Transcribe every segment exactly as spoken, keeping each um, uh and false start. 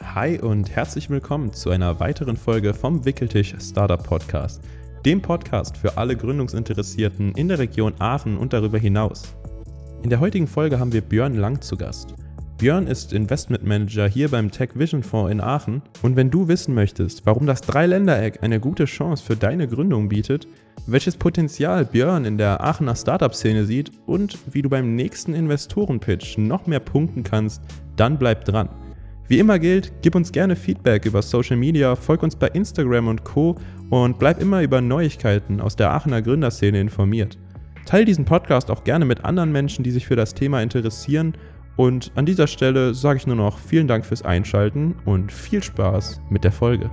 Hi und herzlich willkommen zu einer weiteren Folge vom Wickeltisch Startup Podcast, dem Podcast für alle Gründungsinteressierten in der Region Aachen und darüber hinaus. In der heutigen Folge haben wir Björn Lang zu Gast. Björn ist Investment Manager hier beim Tech Vision Fonds in Aachen und wenn du wissen möchtest, warum das Dreiländereck eine gute Chance für deine Gründung bietet, welches Potenzial Björn in der Aachener Startup-Szene sieht und wie du beim nächsten Investorenpitch noch mehr punkten kannst, dann bleib dran. Wie immer gilt, gib uns gerne Feedback über Social Media, folg uns bei Instagram und Co. und bleib immer über Neuigkeiten aus der Aachener Gründerszene informiert. Teil diesen Podcast auch gerne mit anderen Menschen, die sich für das Thema interessieren. Und an dieser Stelle sage ich nur noch vielen Dank fürs Einschalten und viel Spaß mit der Folge.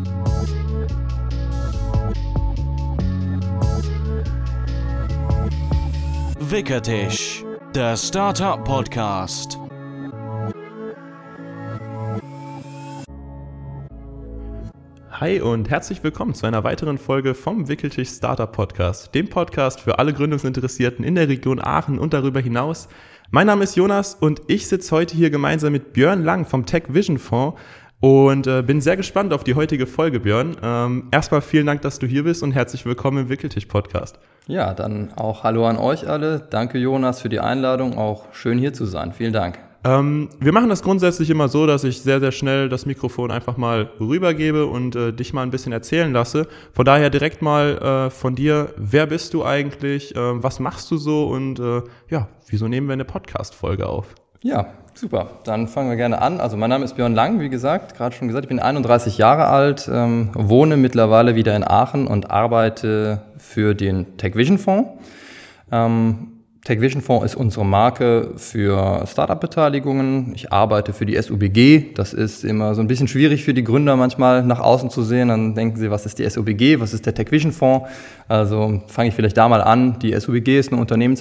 Wickeltisch, der Startup Podcast. Hi und herzlich willkommen zu einer weiteren Folge vom Wickeltisch Startup Podcast, dem Podcast für alle Gründungsinteressierten in der Region Aachen und darüber hinaus. Mein Name ist Jonas und ich sitze heute hier gemeinsam mit Björn Lang vom Tech Vision Fonds und äh, bin sehr gespannt auf die heutige Folge, Björn. Ähm, erstmal vielen Dank, dass du hier bist und herzlich willkommen im Wickeltisch Podcast. Ja, dann auch Hallo an euch alle. Danke Jonas für die Einladung, auch schön hier zu sein. Vielen Dank. Ähm, wir machen das grundsätzlich immer so, dass ich sehr, sehr schnell das Mikrofon einfach mal rübergebe und äh, dich mal ein bisschen erzählen lasse. Von daher direkt mal äh, von dir, wer bist du eigentlich, äh, was machst du so und äh, ja, wieso nehmen wir eine Podcast-Folge auf? Ja, super. Dann fangen wir gerne an. Also mein Name ist Björn Lang, wie gesagt, gerade schon gesagt, ich bin einunddreißig Jahre alt, ähm, wohne mittlerweile wieder in Aachen und arbeite für den Tech Vision Fonds. Ähm, Tech Vision Fonds ist unsere Marke für Startup-Beteiligungen. Ich arbeite für die S U B G. Das ist immer so ein bisschen schwierig für die Gründer manchmal nach außen zu sehen. Dann denken sie, was ist die S U B G, was ist der Tech Vision Fonds? Also fange ich vielleicht da mal an. Die S U B G ist eine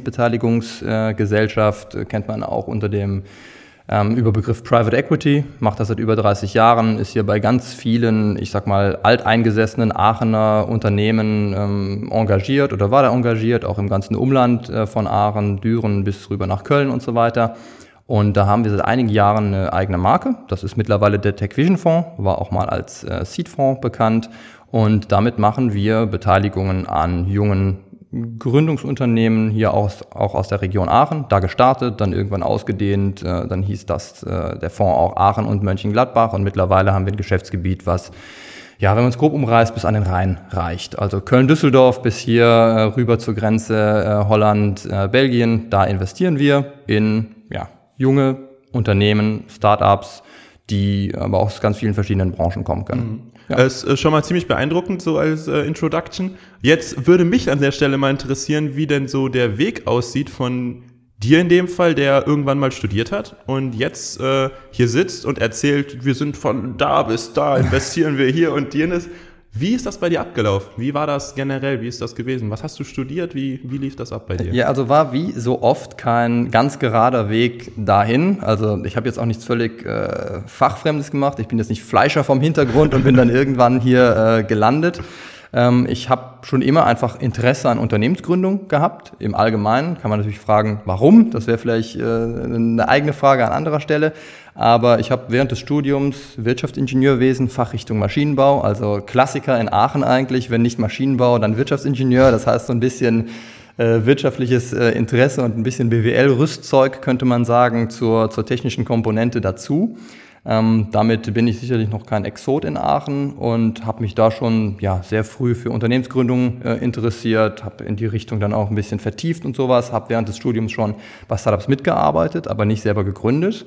Unternehmensbeteiligungsgesellschaft, äh, kennt man auch unter dem ähm, Überbegriff Private Equity, macht das seit über dreißig Jahren, ist hier bei ganz vielen, ich sag mal, alteingesessenen Aachener Unternehmen ähm, engagiert oder war da engagiert, auch im ganzen Umland äh, von Aachen, Düren bis rüber nach Köln und so weiter. Und da haben wir seit einigen Jahren eine eigene Marke. Das ist mittlerweile der Tech Vision Fonds, war auch mal als äh, Seed-Fonds bekannt. Und damit machen wir Beteiligungen an jungen Gründungsunternehmen hier aus, auch aus der Region Aachen, da gestartet, dann irgendwann ausgedehnt, äh, dann hieß das äh, der Fonds auch Aachen und Mönchengladbach und mittlerweile haben wir ein Geschäftsgebiet, was, ja, wenn man es grob umreißt, bis an den Rhein reicht. Also Köln-Düsseldorf bis hier äh, rüber zur Grenze äh, Holland, äh, Belgien, da investieren wir in ja, junge Unternehmen, Startups, die aber auch aus ganz vielen verschiedenen Branchen kommen können. Mhm. Ja. Es ist schon mal ziemlich beeindruckend, so als äh, Introduction. Jetzt würde mich an der Stelle mal interessieren, wie denn so der Weg aussieht von dir in dem Fall, der irgendwann mal studiert hat und jetzt äh, hier sitzt und erzählt, wir sind von da bis da, investieren wir hier und jenes. Wie ist das bei dir abgelaufen? Wie war das generell? Wie ist das gewesen? Was hast du studiert? Wie, wie lief das ab bei dir? Ja, also war wie so oft kein ganz gerader Weg dahin. Also ich habe jetzt auch nichts völlig äh, Fachfremdes gemacht. Ich bin jetzt nicht Fleischer vom Hintergrund und bin dann irgendwann hier äh, gelandet. Ähm, ich habe schon immer einfach Interesse an Unternehmensgründung gehabt. Im Allgemeinen kann man natürlich fragen, warum? Das wäre vielleicht äh, eine eigene Frage an anderer Stelle. Aber ich habe während des Studiums Wirtschaftsingenieurwesen, Fachrichtung Maschinenbau, also Klassiker in Aachen eigentlich, wenn nicht Maschinenbau, dann Wirtschaftsingenieur. Das heißt so ein bisschen äh, wirtschaftliches äh, Interesse und ein bisschen B W L-Rüstzeug, könnte man sagen, zur, zur technischen Komponente dazu. Ähm, damit bin ich sicherlich noch kein Exot in Aachen und habe mich da schon ja, sehr früh für Unternehmensgründung äh, interessiert, habe in die Richtung dann auch ein bisschen vertieft und sowas, habe während des Studiums schon bei Startups mitgearbeitet, aber nicht selber gegründet.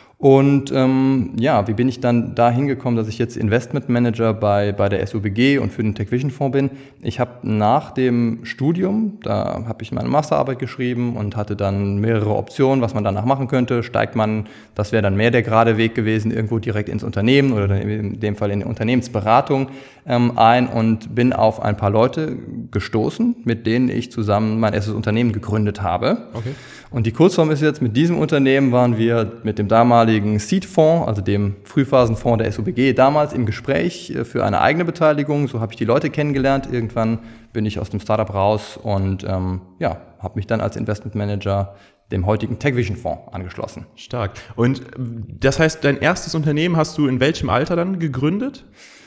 Und ähm, ja, wie bin ich dann da hingekommen, dass ich jetzt Investment Manager bei, bei der S U B G und für den Tech Vision Fonds bin? Ich habe nach dem Studium, da habe ich meine Masterarbeit geschrieben und hatte dann mehrere Optionen, was man danach machen könnte. Steigt man, das wäre dann mehr der gerade Weg gewesen, irgendwo direkt ins Unternehmen oder in dem Fall in die Unternehmensberatung ähm, ein und bin auf ein paar Leute gestoßen, mit denen ich zusammen mein erstes Unternehmen gegründet habe. Okay. Und die Kurzform ist jetzt, mit diesem Unternehmen waren wir mit dem damaligen Seed-Fonds, also dem Frühphasenfonds der S U B G, damals im Gespräch für eine eigene Beteiligung. So habe ich die Leute kennengelernt. Irgendwann bin ich aus dem Startup raus und ähm, ja, habe mich dann als Investmentmanager dem heutigen TechVision-Fonds angeschlossen. Stark. Und das heißt, dein erstes Unternehmen hast du in welchem Alter dann gegründet?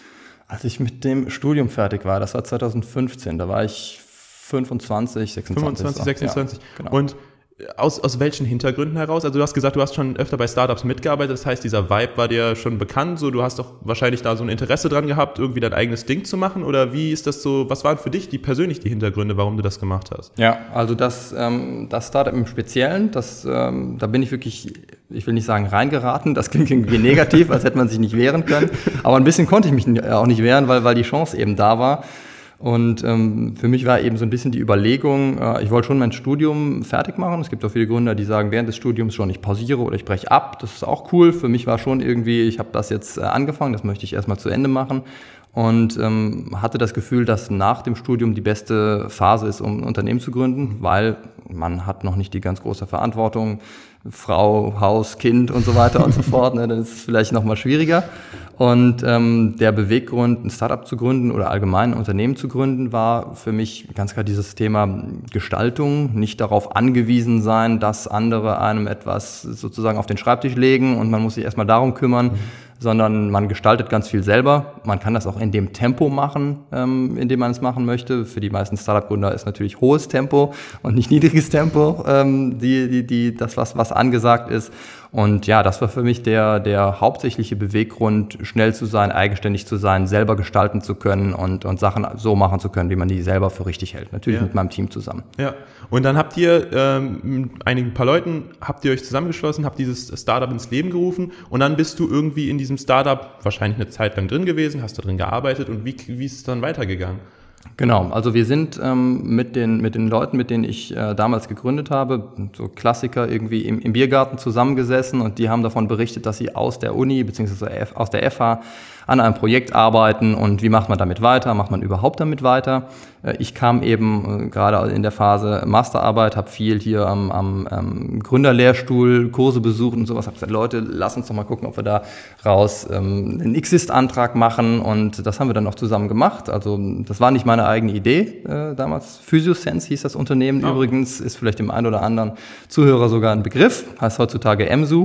Als ich mit dem Studium fertig war, das war zwanzig fünfzehn, da war ich fünfundzwanzig, sechsundzwanzig. fünfundzwanzig, so. sechsundzwanzig. Ja, genau. Und aus, aus welchen Hintergründen heraus? Also du hast gesagt, du hast schon öfter bei Startups mitgearbeitet, das heißt, dieser Vibe war dir schon bekannt, so, du hast doch wahrscheinlich da so ein Interesse dran gehabt, irgendwie dein eigenes Ding zu machen, oder wie ist das so, was waren für dich die persönlich die Hintergründe, warum du das gemacht hast? Ja, also das, ähm, das Startup im Speziellen, das, ähm, da bin ich wirklich, ich will nicht sagen reingeraten, das klingt irgendwie negativ, als hätte man sich nicht wehren können, aber ein bisschen konnte ich mich auch nicht wehren, weil, weil die Chance eben da war. Und ähm, für mich war eben so ein bisschen die Überlegung, äh, ich wollte schon mein Studium fertig machen. Es gibt auch viele Gründer, die sagen während des Studiums schon, ich pausiere oder ich breche ab. Das ist auch cool. Für mich war schon irgendwie, ich habe das jetzt äh, angefangen, das möchte ich erstmal zu Ende machen. Und ähm, hatte das Gefühl, dass nach dem Studium die beste Phase ist, um ein Unternehmen zu gründen, weil man hat noch nicht die ganz große Verantwortung, Frau, Haus, Kind und so weiter und so fort, ne, dann ist es vielleicht noch mal schwieriger. Und ähm, der Beweggrund, ein Startup zu gründen oder allgemein ein Unternehmen zu gründen, war für mich ganz klar dieses Thema Gestaltung, nicht darauf angewiesen sein, dass andere einem etwas sozusagen auf den Schreibtisch legen und man muss sich erstmal darum kümmern, mhm. sondern man gestaltet ganz viel selber. Man kann das auch in dem Tempo machen, ähm, in dem man es machen möchte. Für die meisten Startup-Gründer ist natürlich hohes Tempo und nicht niedriges Tempo, ähm, die, die, die, das, was, was angesagt ist. Und ja, das war für mich der, der hauptsächliche Beweggrund, schnell zu sein, eigenständig zu sein, selber gestalten zu können und, und Sachen so machen zu können, wie man die selber für richtig hält. Natürlich ja. mit meinem Team zusammen. Ja. Und dann habt ihr ähm, mit einigen paar Leuten, habt ihr euch zusammengeschlossen, habt dieses Startup ins Leben gerufen und dann bist du irgendwie in diesem Startup wahrscheinlich eine Zeit lang drin gewesen, hast da drin gearbeitet und wie, wie ist es dann weitergegangen? Genau, also wir sind ähm, mit den mit den Leuten, mit denen ich äh, damals gegründet habe, so Klassiker irgendwie im, im Biergarten zusammengesessen und die haben davon berichtet, dass sie aus der Uni bzw. aus der F H an einem Projekt arbeiten und wie macht man damit weiter, macht man überhaupt damit weiter. Äh, ich kam eben äh, gerade in der Phase Masterarbeit, habe viel hier am, am ähm, Gründerlehrstuhl Kurse besucht und sowas, habe gesagt, Leute, lass uns doch mal gucken, ob wir da raus ähm, einen Exist-Antrag machen und das haben wir dann auch zusammen gemacht. Also das war nicht meine eigene Idee äh, damals. Physiosense hieß das Unternehmen oh. übrigens, ist vielleicht dem einen oder anderen Zuhörer sogar ein Begriff, heißt heutzutage Emsu.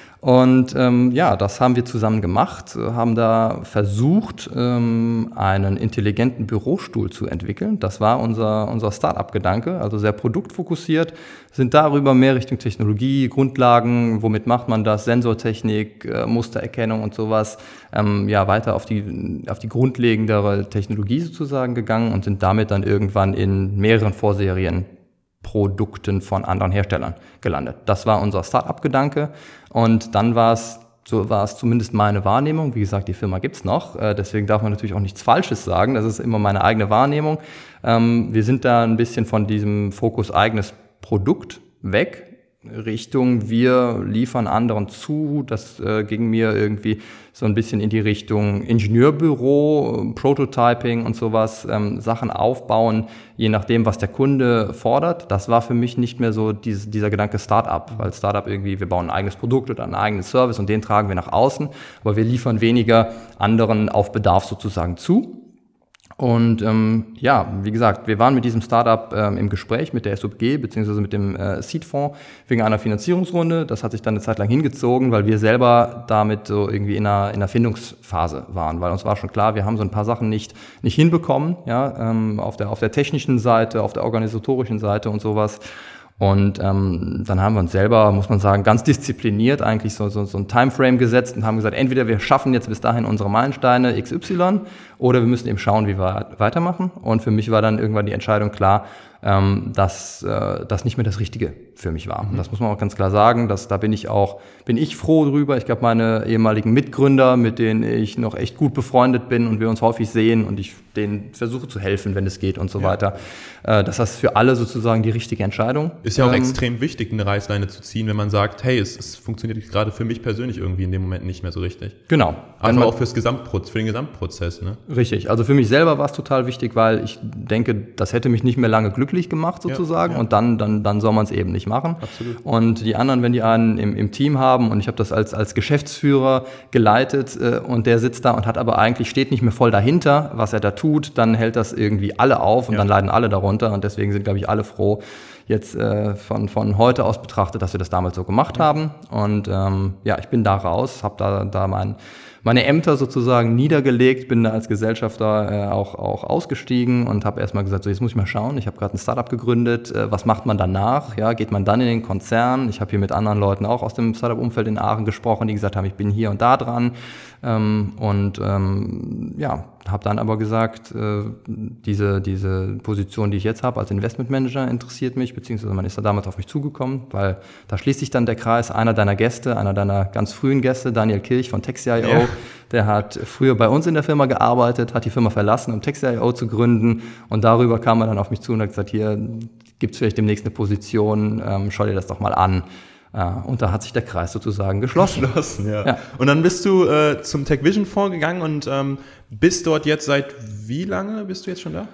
Und ähm, ja, das haben wir zusammen gemacht, haben da versucht, ähm, einen intelligenten Bürostuhl zu entwickeln. Das war unser, unser Start-up-Gedanke, also sehr produktfokussiert, sind darüber mehr Richtung Technologie, Grundlagen, womit macht man das, Sensortechnik, äh, Mustererkennung und sowas, ähm, ja, weiter auf die, auf die grundlegendere Technologie sozusagen gegangen und sind damit dann irgendwann in mehreren Vorserien Produkten von anderen Herstellern gelandet. Das war unser Start-up-Gedanke und dann war es, so war es zumindest meine Wahrnehmung, wie gesagt, die Firma gibt's noch, äh, deswegen darf man natürlich auch nichts Falsches sagen, das ist immer meine eigene Wahrnehmung. Ähm, wir sind da ein bisschen von diesem Fokus eigenes Produkt weg, Richtung, wir liefern anderen zu, das äh, ging mir irgendwie so ein bisschen in die Richtung Ingenieurbüro, Prototyping und sowas, ähm, Sachen aufbauen, je nachdem, was der Kunde fordert. Das war für mich nicht mehr so dieses, dieser Gedanke Startup, weil Startup irgendwie, wir bauen ein eigenes Produkt oder einen eigenen Service und den tragen wir nach außen, aber wir liefern weniger anderen auf Bedarf sozusagen zu. Und ähm, ja, wie gesagt, wir waren mit diesem Startup ähm, im Gespräch mit der S O G beziehungsweise mit dem äh, Seed-Fonds wegen einer Finanzierungsrunde. Das hat sich dann eine Zeit lang hingezogen, weil wir selber damit so irgendwie in einer, in einer Findungsphase waren, weil uns war schon klar, wir haben so ein paar Sachen nicht nicht hinbekommen, ja, ähm, auf der auf der technischen Seite, auf der organisatorischen Seite und sowas. Und ähm, dann haben wir uns selber, muss man sagen, ganz diszipliniert eigentlich so, so, so ein Timeframe gesetzt und haben gesagt, entweder wir schaffen jetzt bis dahin unsere Meilensteine X Y oder wir müssen eben schauen, wie wir weitermachen. Und für mich war dann irgendwann die Entscheidung klar, ähm, dass äh, das nicht mehr das Richtige für mich war. Mhm. Das muss man auch ganz klar sagen, dass da bin ich auch, bin ich froh drüber. Ich glaube, meine ehemaligen Mitgründer, mit denen ich noch echt gut befreundet bin und wir uns häufig sehen und ich denen versuche zu helfen, wenn es geht und so ja. weiter. Äh, das ist für alle sozusagen die richtige Entscheidung. Ist ja auch ähm, extrem wichtig, eine Reißleine zu ziehen, wenn man sagt, hey, es, es funktioniert gerade für mich persönlich irgendwie in dem Moment nicht mehr so richtig. Genau. Aber auch fürs Gesamtproz- für den Gesamtprozess, ne? Richtig. Also für mich selber war es total wichtig, weil ich denke, das hätte mich nicht mehr lange glücklich gemacht sozusagen ja, ja. und dann, dann, dann soll man es eben nicht machen. Absolut. Und die anderen, wenn die einen im, im Team haben und ich habe das als, als Geschäftsführer geleitet äh, und der sitzt da und hat aber eigentlich, steht nicht mehr voll dahinter, was er da tut, dann hält das irgendwie alle auf und ja. dann leiden alle darunter und deswegen sind, glaube ich, alle froh, jetzt äh, von, von heute aus betrachtet, dass wir das damals so gemacht haben. Und ähm, ja, ich bin da raus, habe da, da mein, meine Ämter sozusagen niedergelegt, bin da als Gesellschafter äh, auch, auch ausgestiegen und habe erstmal gesagt, so jetzt muss ich mal schauen, ich habe gerade ein Startup gegründet, äh, was macht man danach? Ja, geht man dann in den Konzern? Ich habe hier mit anderen Leuten auch aus dem Startup-Umfeld in Aachen gesprochen, die gesagt haben, ich bin hier und da dran. Ähm, und ähm, ja, habe dann aber gesagt, äh, diese, diese Position, die ich jetzt habe als Investmentmanager, interessiert mich, beziehungsweise man ist da damals auf mich zugekommen, weil da schließt sich dann der Kreis. Einer deiner Gäste, einer deiner ganz frühen Gäste, Daniel Kirch von Taxi Punkt i o, ja. Der hat früher bei uns in der Firma gearbeitet, hat die Firma verlassen, um Taxi Punkt i o zu gründen, und darüber kam er dann auf mich zu und hat gesagt, hier gibt es vielleicht demnächst eine Position, ähm, schau dir das doch mal an. Ja, und da hat sich der Kreis sozusagen geschlossen. geschlossen ja. Ja. Und dann bist du äh, zum TechVision vorgegangen und ähm, bist dort jetzt seit wie lange bist du jetzt schon da?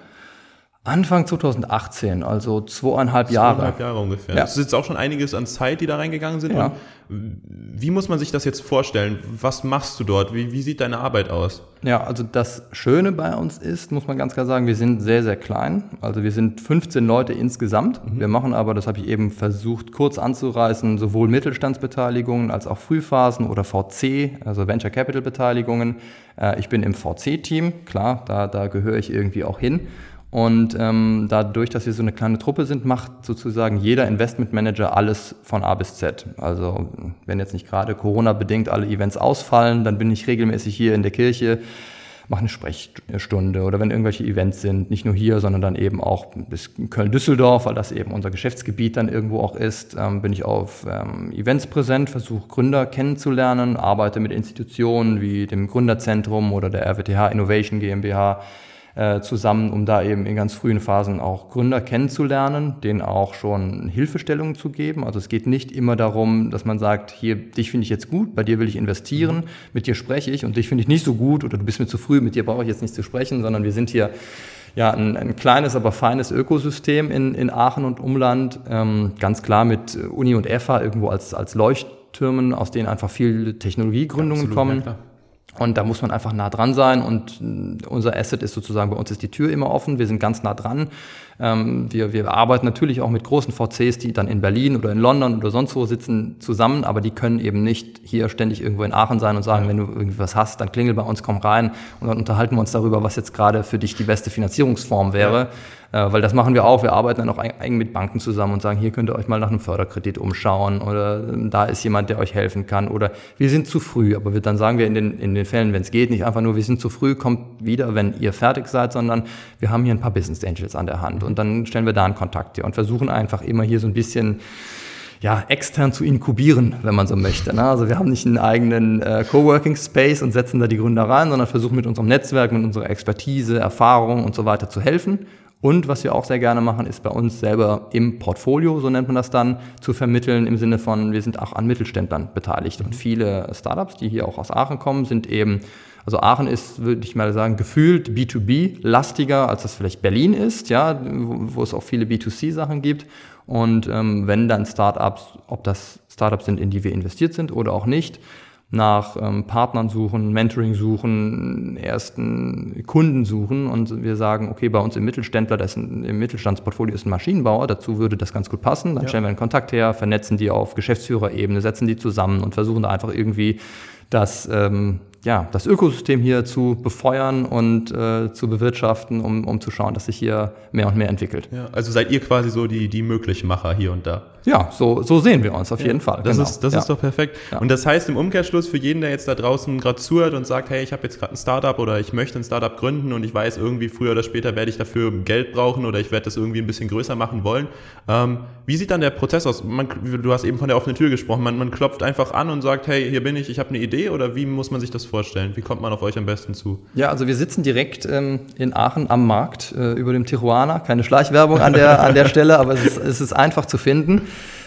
Anfang zwanzig achtzehn, also zweieinhalb Jahre. Zweieinhalb Jahre ungefähr. Ja. Das ist jetzt auch schon einiges an Zeit, die da reingegangen sind. Ja. Und wie muss man sich das jetzt vorstellen? Was machst du dort? Wie, wie sieht deine Arbeit aus? Ja, also das Schöne bei uns ist, muss man ganz klar sagen, wir sind sehr, sehr klein. Also wir sind fünfzehn Leute insgesamt. Mhm. Wir machen aber, das habe ich eben versucht kurz anzureißen, sowohl Mittelstandsbeteiligungen als auch Frühphasen oder V C, also Venture Capital Beteiligungen. Ich bin im V C-Team, klar, da, da gehöre ich irgendwie auch hin. Und ähm, dadurch, dass wir so eine kleine Truppe sind, macht sozusagen jeder Investmentmanager alles von A bis Z. Also wenn jetzt nicht gerade Corona-bedingt alle Events ausfallen, dann bin ich regelmäßig hier in der Kirche, mache eine Sprechstunde, oder wenn irgendwelche Events sind, nicht nur hier, sondern dann eben auch bis Köln-Düsseldorf, weil das eben unser Geschäftsgebiet dann irgendwo auch ist, ähm, bin ich auf ähm, Events präsent, versuche Gründer kennenzulernen, arbeite mit Institutionen wie dem Gründerzentrum oder der R W T H Innovation GmbH zusammen, um da eben in ganz frühen Phasen auch Gründer kennenzulernen, denen auch schon Hilfestellungen zu geben. Also es geht nicht immer darum, dass man sagt, hier, dich finde ich jetzt gut, bei dir will ich investieren, mit dir spreche ich, und dich finde ich nicht so gut oder du bist mir zu früh, mit dir brauche ich jetzt nicht zu sprechen, sondern wir sind hier ja ein, ein kleines, aber feines Ökosystem in, in Aachen und Umland, ähm, ganz klar mit Uni und F H irgendwo als, als Leuchttürmen, aus denen einfach viele Technologiegründungen Absolut, kommen. ja, klar. Und da muss man einfach nah dran sein, und unser Asset ist sozusagen, bei uns ist die Tür immer offen, wir sind ganz nah dran. Ähm, wir, wir arbeiten natürlich auch mit großen V Cs, die dann in Berlin oder in London oder sonst wo sitzen, zusammen, aber die können eben nicht hier ständig irgendwo in Aachen sein und sagen, wenn du irgendwie was hast, dann klingel bei uns, komm rein, und dann unterhalten wir uns darüber, was jetzt gerade für dich die beste Finanzierungsform wäre. Ja. Äh, weil das machen wir auch, wir arbeiten dann auch eng mit Banken zusammen und sagen, hier könnt ihr euch mal nach einem Förderkredit umschauen, oder da ist jemand, der euch helfen kann, oder wir sind zu früh, aber wir, dann sagen wir in den, in den Fällen, wenn es geht, nicht einfach nur, wir sind zu früh, kommt wieder, wenn ihr fertig seid, sondern wir haben hier ein paar Business Angels an der Hand. Und dann stellen wir da einen Kontakt hier und versuchen einfach immer hier so ein bisschen ja, extern zu inkubieren, wenn man so möchte. Ne? Also wir haben nicht einen eigenen äh, Coworking Space und setzen da die Gründer rein, sondern versuchen mit unserem Netzwerk, mit unserer Expertise, Erfahrung und so weiter zu helfen. Und was wir auch sehr gerne machen, ist bei uns selber im Portfolio, so nennt man das dann, zu vermitteln, im Sinne von, wir sind auch an Mittelständlern beteiligt. Und viele Startups, die hier auch aus Aachen kommen, sind eben, also Aachen ist, würde ich mal sagen, gefühlt B zwei B-lastiger, als das vielleicht Berlin ist, ja, wo, wo es auch viele B zwei C-Sachen gibt. Und ähm, wenn dann Startups, ob das Startups sind, in die wir investiert sind oder auch nicht, nach ähm, Partnern suchen, Mentoring suchen, ersten Kunden suchen, und wir sagen, okay, bei uns im Mittelständler, das ein, im Mittelstandsportfolio ist ein Maschinenbauer, dazu würde das ganz gut passen, dann ja. stellen wir einen Kontakt her, vernetzen die auf Geschäftsführerebene, setzen die zusammen und versuchen da einfach irgendwie das, ähm, ja, das Ökosystem hier zu befeuern und äh, zu bewirtschaften, um, um zu schauen, dass sich hier mehr und mehr entwickelt. Ja, also seid ihr quasi so die, die Möglichmacher hier und da? Ja, so, so sehen wir uns auf ja, jeden Fall. Das, genau. ist, das ja. ist doch perfekt. Ja. Und das heißt im Umkehrschluss für jeden, der jetzt da draußen gerade zuhört und sagt, hey, ich habe jetzt gerade ein Startup oder ich möchte ein Startup gründen und ich weiß, irgendwie früher oder später werde ich dafür Geld brauchen oder ich werde das irgendwie ein bisschen größer machen wollen. Ähm, wie sieht dann der Prozess aus? Man, du hast eben von der offenen Tür gesprochen. Man, man klopft einfach an und sagt, hey, hier bin ich, ich habe eine Idee, oder wie muss man sich das vorstellen? Wie kommt man auf euch am besten zu? Ja, also wir sitzen direkt ähm, in Aachen am Markt äh, über dem Tijuana. Keine Schleichwerbung an der, an der Stelle, aber es ist, es ist einfach zu finden.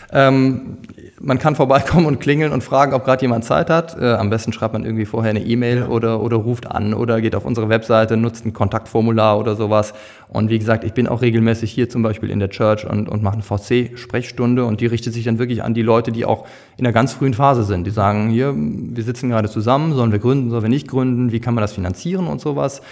Ähm, man kann vorbeikommen und klingeln und fragen, ob gerade jemand Zeit hat. Äh, am besten schreibt man irgendwie vorher eine E-Mail ja. oder, oder ruft an oder geht auf unsere Webseite, nutzt ein Kontaktformular oder sowas. Und wie gesagt, ich bin auch regelmäßig hier zum Beispiel in der Church und, und mache eine V C-Sprechstunde, und die richtet sich dann wirklich an die Leute, die auch in der ganz frühen Phase sind. Die sagen, hier, wir sitzen gerade zusammen, sollen wir gründen, sollen wir nicht gründen, wie kann man das finanzieren und sowas.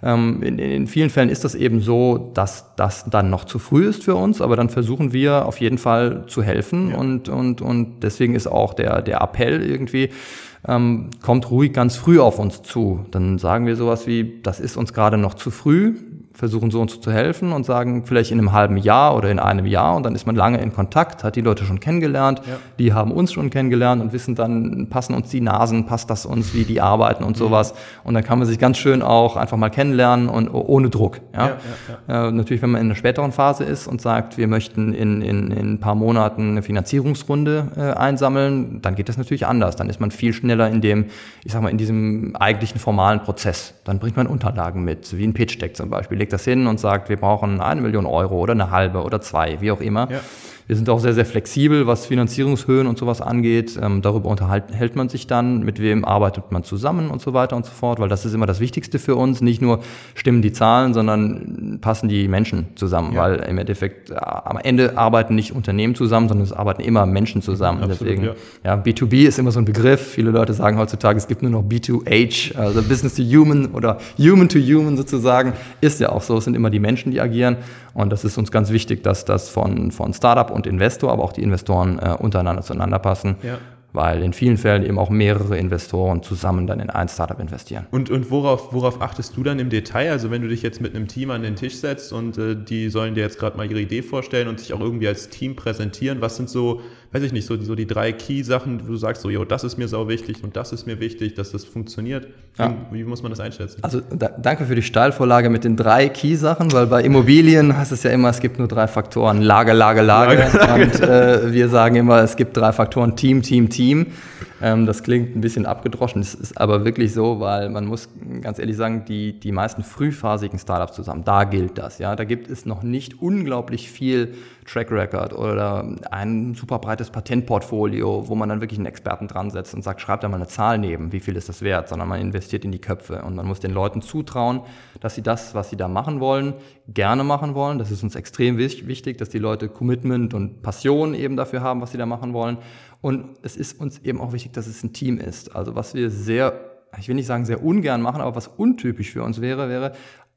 Ähm, in, in vielen Fällen ist das eben so, dass das dann noch zu früh ist für uns, aber dann versuchen wir auf jeden Fall zu helfen ja. und, und, und deswegen ist auch der, der Appell irgendwie, ähm, kommt ruhig ganz früh auf uns zu. Dann sagen wir sowas wie, das ist uns gerade noch zu früh, versuchen so uns zu helfen und sagen vielleicht in einem halben Jahr oder in einem Jahr und dann ist man lange in Kontakt, hat die Leute schon kennengelernt, ja. die haben uns schon kennengelernt und wissen dann, passen uns die Nasen, passt das uns, wie die arbeiten und mhm. sowas und dann kann man sich ganz schön auch einfach mal kennenlernen und ohne Druck. Ja? Ja, ja, ja. Äh, natürlich, wenn man in einer späteren Phase ist und sagt, wir möchten in, in, in ein paar Monaten eine Finanzierungsrunde äh, einsammeln, dann geht das natürlich anders, dann ist man viel schneller in dem, ich sag mal, in diesem eigentlichen formalen Prozess. Dann bringt man Unterlagen mit, wie ein Pitch-Deck zum Beispiel, legt das hin und sagt, wir brauchen eine Million Euro oder eine halbe oder zwei, wie auch immer. Ja. Wir sind auch sehr, sehr flexibel, was Finanzierungshöhen und sowas angeht. Ähm, darüber unterhält man sich dann, mit wem arbeitet man zusammen und so weiter und so fort, weil das ist immer das Wichtigste für uns. Nicht nur stimmen die Zahlen, sondern passen die Menschen zusammen, ja. weil im Endeffekt äh, am Ende arbeiten nicht Unternehmen zusammen, sondern es arbeiten immer Menschen zusammen. Absolut, deswegen, ja. ja, B zwei B ist immer so ein Begriff. Viele Leute sagen heutzutage, es gibt nur noch B zwei H, also Business to Human oder Human to Human sozusagen. Ist ja auch so, es sind immer die Menschen, die agieren. Und das ist uns ganz wichtig, dass das von, von Startup und Investor, aber auch die Investoren äh, untereinander zueinander passen, ja. weil in vielen Fällen eben auch mehrere Investoren zusammen dann in ein Startup investieren. Und, und worauf, worauf achtest du dann im Detail? Also wenn du dich jetzt mit einem Team an den Tisch setzt und äh, die sollen dir jetzt gerade mal ihre Idee vorstellen und sich auch irgendwie als Team präsentieren, was sind so, weiß ich nicht, so, so die drei Key-Sachen, wo du sagst, so, jo, das ist mir sau wichtig und das ist mir wichtig, dass das funktioniert. Ja. Wie, wie muss man das einschätzen? Also da, danke für die Steilvorlage mit den drei Key-Sachen, weil bei Immobilien heißt es ja immer, es gibt nur drei Faktoren, Lage, Lage, Lage. Lage, Lage. Und äh, wir sagen immer, es gibt drei Faktoren, Team, Team, Team. Ähm, das klingt ein bisschen abgedroschen, das ist aber wirklich so, weil man muss ganz ehrlich sagen, die, die meisten frühphasigen Startups zusammen, da gilt das. Ja, da gibt es noch nicht unglaublich viel Track Record oder ein super breites Patentportfolio, wo man dann wirklich einen Experten dran setzt und sagt, schreibt da mal eine Zahl neben, wie viel ist das wert, sondern man investiert in die Köpfe und man muss den Leuten zutrauen, dass sie das, was sie da machen wollen, gerne machen wollen. Das ist uns extrem wichtig, dass die Leute Commitment und Passion eben dafür haben, was sie da machen wollen. Und es ist uns eben auch wichtig, dass es ein Team ist. Also was wir sehr, ich will nicht sagen sehr ungern machen, aber was untypisch für uns wäre, wäre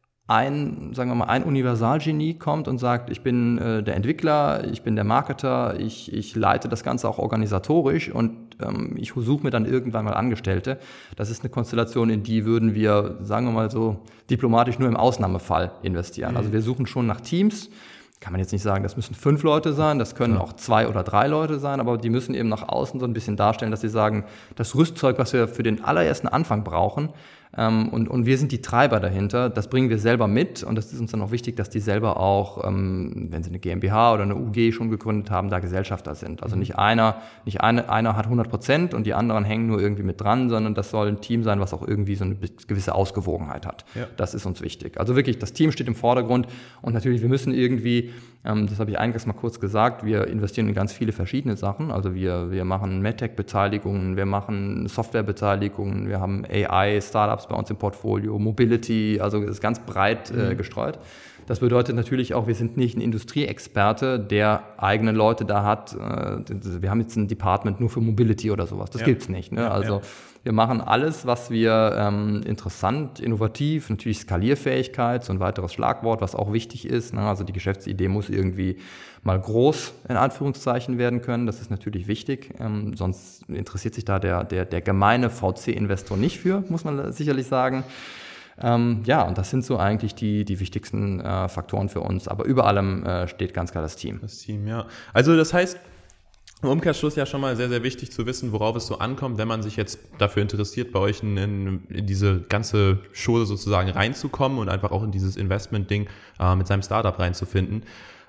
ein, sagen wir mal, ein Universalgenie kommt und sagt, ich bin äh, der Entwickler, ich bin der Marketer, ich, ich leite das Ganze auch organisatorisch und ähm, ich suche mir dann irgendwann mal Angestellte. Das ist eine Konstellation, in die würden wir, sagen wir mal so, diplomatisch nur im Ausnahmefall investieren. Mhm. Also wir suchen schon nach Teams. Kann man jetzt nicht sagen, das müssen fünf Leute sein, das können ja. auch zwei oder drei Leute sein, aber die müssen eben nach außen so ein bisschen darstellen, dass sie sagen, das Rüstzeug, was wir für den allerersten Anfang brauchen, ähm, und, und wir sind die Treiber dahinter, das bringen wir selber mit und das ist uns dann auch wichtig, dass die selber auch, ähm, wenn sie eine GmbH oder eine U G schon gegründet haben, da Gesellschafter sind. Also nicht einer, nicht eine, einer hat hundert Prozent und die anderen hängen nur irgendwie mit dran, sondern das soll ein Team sein, was auch irgendwie so eine gewisse Ausgewogenheit hat. Ja. Das ist uns wichtig. Also wirklich, das Team steht im Vordergrund und natürlich, wir müssen irgendwie, ähm, das habe ich eingangs mal kurz gesagt, wir investieren in ganz viele verschiedene Sachen. Also wir, wir machen MedTech-Beteiligungen, wir machen Software-Beteiligungen, wir haben A I-Startups bei uns im Portfolio, Mobility, also es ist ganz breit äh, gestreut. Das bedeutet natürlich auch, wir sind nicht ein Industrieexperte, der eigene Leute da hat. Äh, wir haben jetzt ein Department nur für Mobility oder sowas. Das ja. gibt's nicht. Ne? Also ja. wir machen alles, was wir ähm, interessant, innovativ, natürlich Skalierfähigkeit, so ein weiteres Schlagwort, was auch wichtig ist. Ne? Also die Geschäftsidee muss irgendwie mal groß in Anführungszeichen werden können. Das ist natürlich wichtig. Ähm, sonst interessiert sich da der, der, der gemeine V C-Investor nicht für, muss man sicherlich sagen. Ähm, ja, und das sind so eigentlich die, die wichtigsten äh, Faktoren für uns. Aber über allem äh, steht ganz klar das Team. Das Team, ja. Also das heißt, im Umkehrschluss ja schon mal sehr, sehr wichtig zu wissen, worauf es so ankommt, wenn man sich jetzt dafür interessiert, bei euch in, in, in diese ganze Show sozusagen reinzukommen und einfach auch in dieses Investment-Ding äh, mit seinem Startup reinzufinden.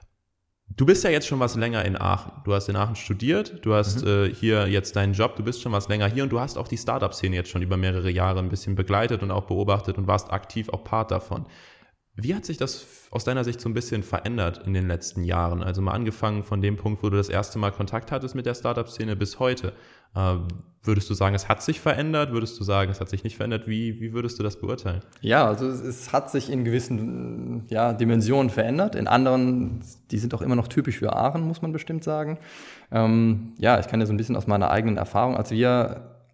Du bist ja jetzt schon was länger in Aachen. Du hast in Aachen studiert, du hast mhm. äh, hier jetzt deinen Job, du bist schon was länger hier und du hast auch die Startup-Szene jetzt schon über mehrere Jahre ein bisschen begleitet und auch beobachtet und warst aktiv auch Part davon. Wie hat sich das aus deiner Sicht so ein bisschen verändert in den letzten Jahren? Also mal angefangen von dem Punkt, wo du das erste Mal Kontakt hattest mit der Startup-Szene bis heute. Äh, würdest du sagen, es hat sich verändert? Würdest du sagen, es hat sich nicht verändert? Wie, wie würdest du das beurteilen? Ja, also es, es hat sich in gewissen ja, Dimensionen verändert. In anderen, die sind auch immer noch typisch für Aachen, muss man bestimmt sagen. Ähm, ja, ich kann ja so ein bisschen aus meiner eigenen Erfahrung, als wir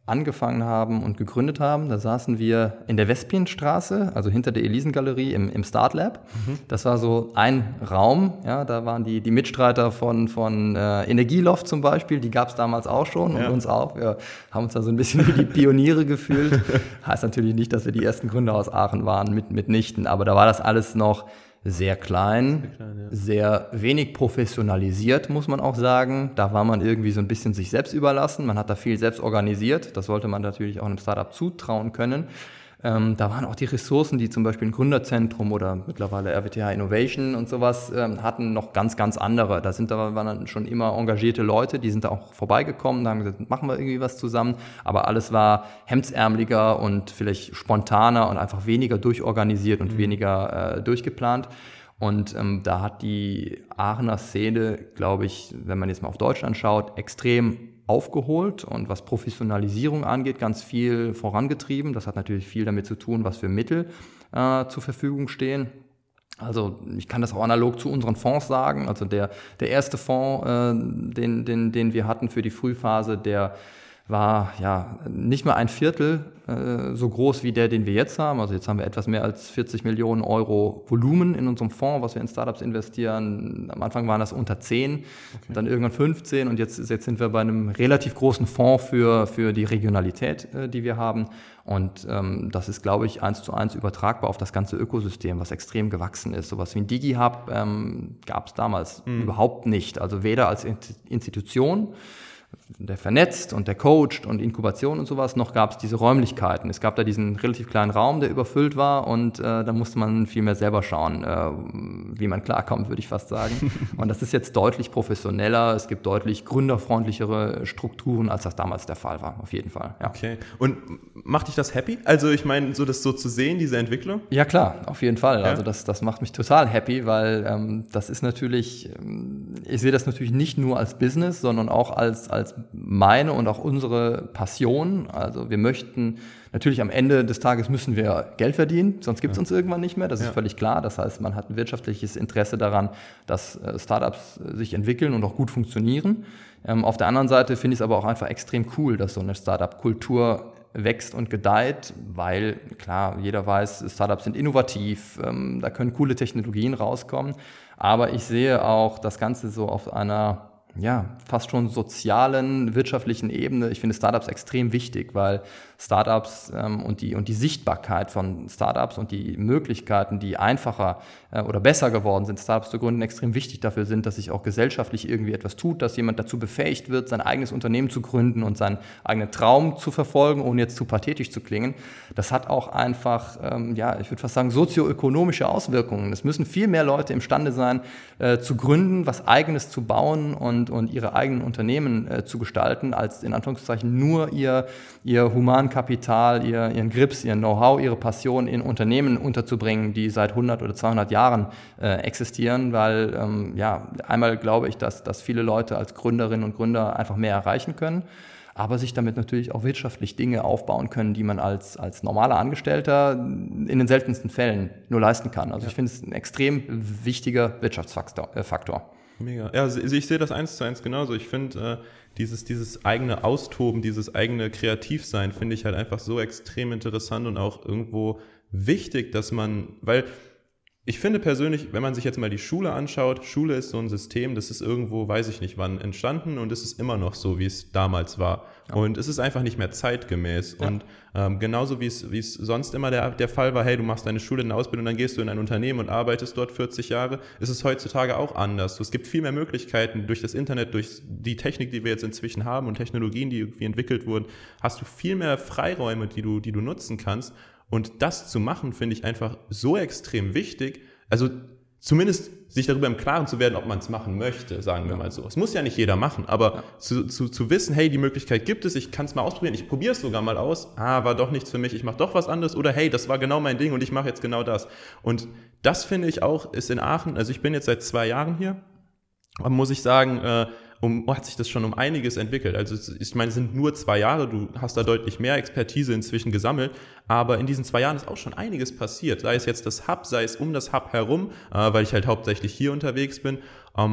angefangen haben und gegründet haben, da saßen wir in der Vespienstraße, also hinter der Elisengalerie im, im Start Lab. Mhm. Das war so ein Raum, ja, da waren die, die Mitstreiter von, von äh, Energieloft zum Beispiel, die gab es damals auch schon ja. und uns auch. Wir haben uns da so ein bisschen wie die Pioniere gefühlt. Heißt natürlich nicht, dass wir die ersten Gründer aus Aachen waren, mit, mitnichten, aber da war das alles noch sehr klein, sehr, klein, ja. sehr wenig professionalisiert, muss man auch sagen. Da war man irgendwie so ein bisschen sich selbst überlassen. Man hat da viel selbst organisiert. Das sollte man natürlich auch einem Startup zutrauen können. Ähm, da waren auch die Ressourcen, die zum Beispiel ein Gründerzentrum oder mittlerweile R W T H Innovation und sowas ähm, hatten, noch ganz, ganz andere. Da sind da waren dann schon immer engagierte Leute, die sind da auch vorbeigekommen, da haben gesagt, machen wir irgendwie was zusammen. Aber alles war hemdsärmeliger und vielleicht spontaner und einfach weniger durchorganisiert und mhm. weniger äh, durchgeplant. Und ähm, da hat die Aachener Szene, glaube ich, wenn man jetzt mal auf Deutschland schaut, extrem aufgeholt und was Professionalisierung angeht, ganz viel vorangetrieben. Das hat natürlich viel damit zu tun, was für Mittel äh, zur Verfügung stehen. Also ich kann das auch analog zu unseren Fonds sagen. Also der, der erste Fonds, äh, den, den, den wir hatten für die Frühphase, der war ja nicht mal ein Viertel äh, so groß wie der, den wir jetzt haben. Also jetzt haben wir etwas mehr als vierzig Millionen Euro Volumen in unserem Fonds, was wir in Startups investieren. Am Anfang waren das unter zehn, okay. Dann irgendwann fünfzehn und jetzt, jetzt sind wir bei einem relativ großen Fonds für, für die Regionalität, äh, die wir haben. Und ähm, das ist, glaube ich, eins zu eins übertragbar auf das ganze Ökosystem, was extrem gewachsen ist. Sowas wie ein DigiHub ähm, gab es damals mhm. überhaupt nicht. Also weder als Institution, der vernetzt und der coacht und Inkubation und sowas, noch gab es diese Räumlichkeiten. Es gab da diesen relativ kleinen Raum, der überfüllt war und äh, da musste man viel mehr selber schauen, äh, wie man klarkommt, würde ich fast sagen. Und das ist jetzt deutlich professioneller, es gibt deutlich gründerfreundlichere Strukturen, als das damals der Fall war, auf jeden Fall. Ja. Okay, und macht dich das happy? Also ich meine, so das so zu sehen, diese Entwicklung? Ja klar, auf jeden Fall. Ja? Also das, das macht mich total happy, weil ähm, das ist natürlich, ähm, ich sehe das natürlich nicht nur als Business, sondern auch als, als meine und auch unsere Passion. Also wir möchten, natürlich am Ende des Tages müssen wir Geld verdienen, sonst gibt es ja. uns irgendwann nicht mehr, das ja. ist völlig klar. Das heißt, man hat ein wirtschaftliches Interesse daran, dass äh, Startups sich entwickeln und auch gut funktionieren. Ähm, auf der anderen Seite finde ich es aber auch einfach extrem cool, dass so eine Startup-Kultur wächst und gedeiht, weil, klar, jeder weiß, Startups sind innovativ, ähm, da können coole Technologien rauskommen, aber ich sehe auch das Ganze so auf einer ja, fast schon sozialen, wirtschaftlichen Ebene. Ich finde Startups extrem wichtig, weil Startups ähm, und die und die Sichtbarkeit von Startups und die Möglichkeiten, die einfacher äh, oder besser geworden sind, Startups zu gründen, extrem wichtig dafür sind, dass sich auch gesellschaftlich irgendwie etwas tut, dass jemand dazu befähigt wird, sein eigenes Unternehmen zu gründen und seinen eigenen Traum zu verfolgen, ohne jetzt zu pathetisch zu klingen. Das hat auch einfach, ähm, ja, ich würde fast sagen, sozioökonomische Auswirkungen. Es müssen viel mehr Leute imstande sein, äh, zu gründen, was Eigenes zu bauen und, und ihre eigenen Unternehmen äh, zu gestalten, als in Anführungszeichen nur ihr, ihr Humankapital, ihr, ihren Grips, ihr Know-how, ihre Passion in Unternehmen unterzubringen, die seit hundert oder zweihundert Jahren äh, existieren, weil ähm, ja, einmal glaube ich, dass, dass viele Leute als Gründerinnen und Gründer einfach mehr erreichen können, aber sich damit natürlich auch wirtschaftlich Dinge aufbauen können, die man als, als normaler Angestellter in den seltensten Fällen nur leisten kann. Also ja. ich finde es ein extrem wichtiger Wirtschaftsfaktor. Äh, Faktor. Mega. Ja, also ich sehe das eins zu eins genauso. Ich finde, äh, dieses, dieses eigene Austoben, dieses eigene Kreativsein finde ich halt einfach so extrem interessant und auch irgendwo wichtig, dass man, weil ich finde persönlich, wenn man sich jetzt mal die Schule anschaut, Schule ist so ein System, das ist irgendwo, weiß ich nicht wann, entstanden und es ist immer noch so, wie es damals war. Ja. Und es ist einfach nicht mehr zeitgemäß. Ja. Und ähm, genauso wie es, wie es sonst immer der, der Fall war, hey, du machst deine Schule, eine Ausbildung, dann gehst du in ein Unternehmen und arbeitest dort vierzig Jahre, ist es heutzutage auch anders. Es gibt viel mehr Möglichkeiten durch das Internet, durch die Technik, die wir jetzt inzwischen haben und Technologien, die irgendwie entwickelt wurden, hast du viel mehr Freiräume, die du, die du nutzen kannst. Und das zu machen, finde ich einfach so extrem wichtig, also zumindest sich darüber im Klaren zu werden, ob man es machen möchte, sagen wir ja. mal so. Es muss ja nicht jeder machen, aber ja. zu, zu, zu wissen, hey, die Möglichkeit gibt es, ich kann es mal ausprobieren, ich probiere es sogar mal aus, ah, war doch nichts für mich, ich mache doch was anderes oder hey, das war genau mein Ding und ich mache jetzt genau das. Und das finde ich auch, ist in Aachen, also ich bin jetzt seit zwei Jahren hier, aber muss ich sagen, äh, Um, hat sich das schon um einiges entwickelt. Also ich meine, es sind nur zwei Jahre, du hast da deutlich mehr Expertise inzwischen gesammelt, aber in diesen zwei Jahren ist auch schon einiges passiert. Sei es jetzt das Hub, sei es um das Hub herum, äh, weil ich halt hauptsächlich hier unterwegs bin. Ähm,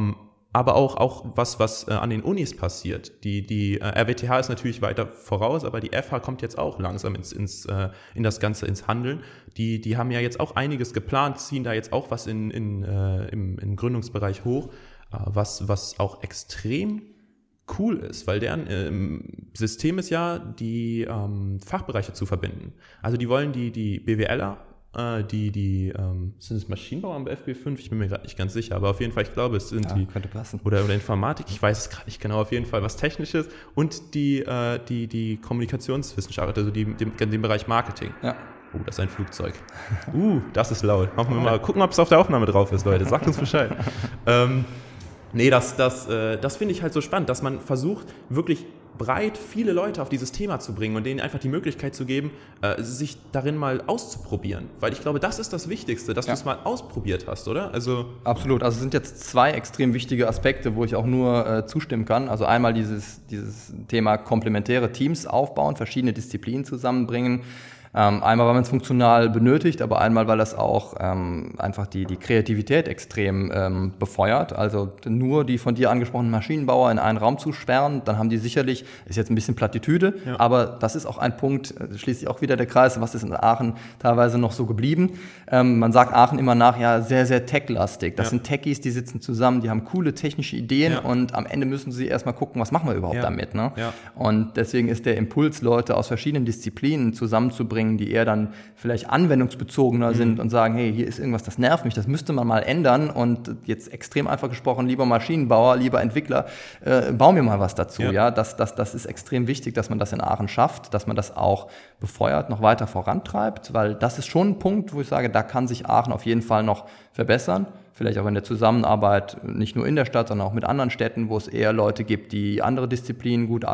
aber auch, auch was, was äh, an den Unis passiert. Die, die äh, R W T H ist natürlich weiter voraus, aber die F H kommt jetzt auch langsam ins, ins, äh, in das Ganze, ins Handeln. Die, die haben ja jetzt auch einiges geplant, ziehen da jetzt auch was in, in, äh, im, im Gründungsbereich hoch, äh, was, was auch extrem cool ist, weil deren ähm, System ist ja, die ähm, Fachbereiche zu verbinden. Also die wollen die, die BWLer, äh, die, die ähm, sind es Maschinenbauer am F B fünf? Ich bin mir gerade nicht ganz sicher, aber auf jeden Fall, ich glaube, es sind ja, die, könnte passen. Oder, oder Informatik, ich weiß es gerade nicht genau, auf jeden Fall was Technisches und die, äh, die, die Kommunikationswissenschaft, also die, dem, dem Bereich Marketing. Ja. Oh, das ist ein Flugzeug. Uh, das ist laut. Machen wir mal, gucken, ob es auf der Aufnahme drauf ist, Leute. Sagt uns Bescheid. ähm, Nee, das, das, äh, das finde ich halt so spannend, dass man versucht, wirklich breit viele Leute auf dieses Thema zu bringen und denen einfach die Möglichkeit zu geben, äh, sich darin mal auszuprobieren. Weil ich glaube, das ist das Wichtigste, dass ja. du es mal ausprobiert hast, oder? Also Absolut. Also es sind jetzt zwei extrem wichtige Aspekte, wo ich auch nur äh, zustimmen kann. Also einmal dieses, dieses Thema komplementäre Teams aufbauen, verschiedene Disziplinen zusammenbringen. Ähm, einmal, weil man es funktional benötigt, aber einmal, weil das auch ähm, einfach die, die Kreativität extrem ähm, befeuert. Also nur die von dir angesprochenen Maschinenbauer in einen Raum zu sperren, dann haben die sicherlich, ist jetzt ein bisschen Plattitüde, ja. aber das ist auch ein Punkt, schließlich auch wieder der Kreis, was ist in Aachen teilweise noch so geblieben. Ähm, man sagt Aachen immer nach, ja, sehr, sehr tech-lastig. Das ja. sind Techies, die sitzen zusammen, die haben coole technische Ideen ja. und am Ende müssen sie erstmal gucken, was machen wir überhaupt ja. damit. Ne? Ja. Und deswegen ist der Impuls, Leute aus verschiedenen Disziplinen zusammenzubringen, die eher dann vielleicht anwendungsbezogener mhm. sind und sagen, hey, hier ist irgendwas, das nervt mich, das müsste man mal ändern und jetzt extrem einfach gesprochen, lieber Maschinenbauer, lieber Entwickler, äh, bau mir mal was dazu. Ja. Ja? Das, das, das ist extrem wichtig, dass man das in Aachen schafft, dass man das auch befeuert, noch weiter vorantreibt, weil das ist schon ein Punkt, wo ich sage, da kann sich Aachen auf jeden Fall noch verbessern. Vielleicht auch in der Zusammenarbeit, nicht nur in der Stadt, sondern auch mit anderen Städten, wo es eher Leute gibt, die andere Disziplinen gut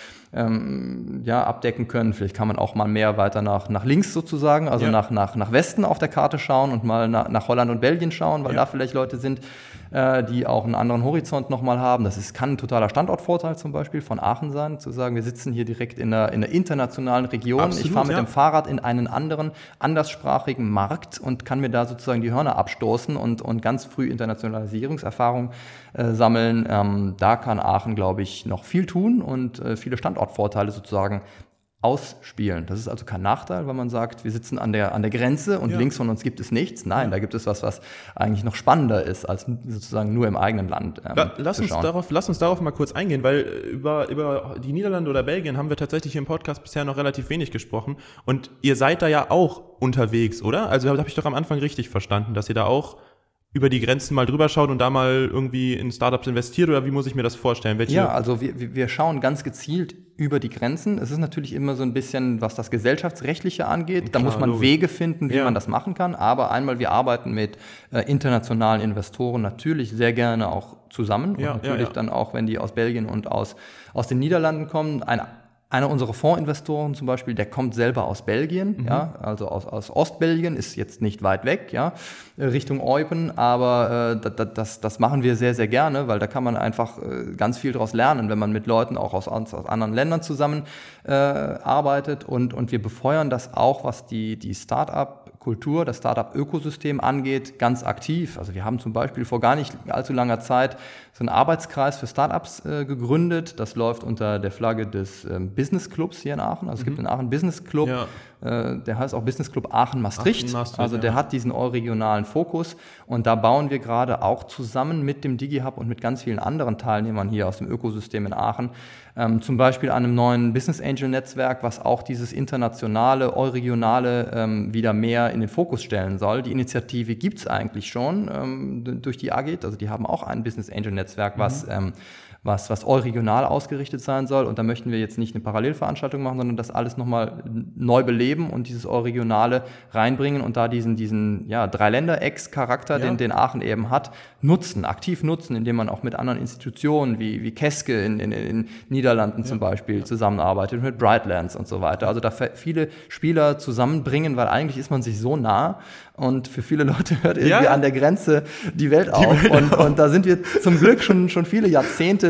ähm, ja, abdecken können. Vielleicht kann man auch mal mehr weiter nach, nach links sozusagen, also ja. nach, nach, nach Westen auf der Karte schauen und mal nach, nach Holland und Belgien schauen, weil ja. da vielleicht Leute sind, äh, die auch einen anderen Horizont nochmal haben. Das ist, kann ein totaler Standortvorteil zum Beispiel von Aachen sein, zu sagen, wir sitzen hier direkt in einer, in einer internationalen Region. Absolut, ich fahre mit ja. dem Fahrrad in einen anderen, anderssprachigen Markt und kann mir da sozusagen die Hörner abstoßen und, und ganz früh Internationalisierungserfahrung äh, sammeln. Ähm, da kann Aachen, glaube ich, noch viel tun und äh, viele Standortvorteile sozusagen ausspielen. Das ist also kein Nachteil, weil man sagt, wir sitzen an der, an der Grenze und ja. links von uns gibt es nichts. Nein, ja. da gibt es was, was eigentlich noch spannender ist, als sozusagen nur im eigenen Land ähm, La, lass zu uns schauen. Darauf, lass uns darauf mal kurz eingehen, weil über, über die Niederlande oder Belgien haben wir tatsächlich im Podcast bisher noch relativ wenig gesprochen und ihr seid da ja auch unterwegs, oder? Also habe ich doch am Anfang richtig verstanden, dass ihr da auch über die Grenzen mal drüber schaut und da mal irgendwie in Startups investiert, oder wie muss ich mir das vorstellen? Welche ja, also wir, wir schauen ganz gezielt über die Grenzen. Es ist natürlich immer so ein bisschen, was das Gesellschaftsrechtliche angeht. Klar, da muss man logisch. Wege finden, wie ja. man das machen kann. Aber einmal, wir arbeiten mit äh, internationalen Investoren natürlich sehr gerne auch zusammen. Ja, und natürlich ja, ja. dann auch, wenn die aus Belgien und aus, aus den Niederlanden kommen, eine Einer unserer Fondsinvestoren zum Beispiel, der kommt selber aus Belgien, mhm. ja, also aus, aus Ostbelgien, ist jetzt nicht weit weg, ja, Richtung Eupen, aber äh, das, das, das machen wir sehr, sehr gerne, weil da kann man einfach äh, ganz viel daraus lernen, wenn man mit Leuten auch aus, aus anderen Ländern zusammen äh, arbeitet und, und wir befeuern das auch, was die, die Start-up-Kultur, das Start-up-Ökosystem angeht, ganz aktiv. Also wir haben zum Beispiel vor gar nicht allzu langer Zeit so einen Arbeitskreis für Startups äh, gegründet. Das läuft unter der Flagge des ähm, Business Clubs hier in Aachen. Also es mhm. gibt in Aachen Business Club, ja. äh, der heißt auch Business Club Aachen-Maastricht. Aachen-Maastricht also der ja. hat diesen euregionalen Fokus und da bauen wir gerade auch zusammen mit dem DigiHub und mit ganz vielen anderen Teilnehmern hier aus dem Ökosystem in Aachen, ähm, zum Beispiel an einem neuen Business Angel Netzwerk, was auch dieses internationale, euregionale ähm, wieder mehr in den Fokus stellen soll. Die Initiative gibt es eigentlich schon ähm, durch die Agit, also die haben auch ein Business Angel Netzwerk, was mhm. ähm, was, was euregional ausgerichtet sein soll. Und da möchten wir jetzt nicht eine Parallelveranstaltung machen, sondern das alles nochmal neu beleben und dieses Euregionale reinbringen und da diesen, diesen ja, Drei-Länder-Ex-Charakter, ja. den, den Aachen eben hat, nutzen, aktiv nutzen, indem man auch mit anderen Institutionen wie, wie Keske in, in, in Niederlanden ja. zum Beispiel ja. zusammenarbeitet, mit Brightlands und so weiter. Also da viele Spieler zusammenbringen, weil eigentlich ist man sich so nah und für viele Leute hört irgendwie ja. an der Grenze die Welt auf. Die Welt und, auf. und da sind wir zum Glück schon, schon viele Jahrzehnte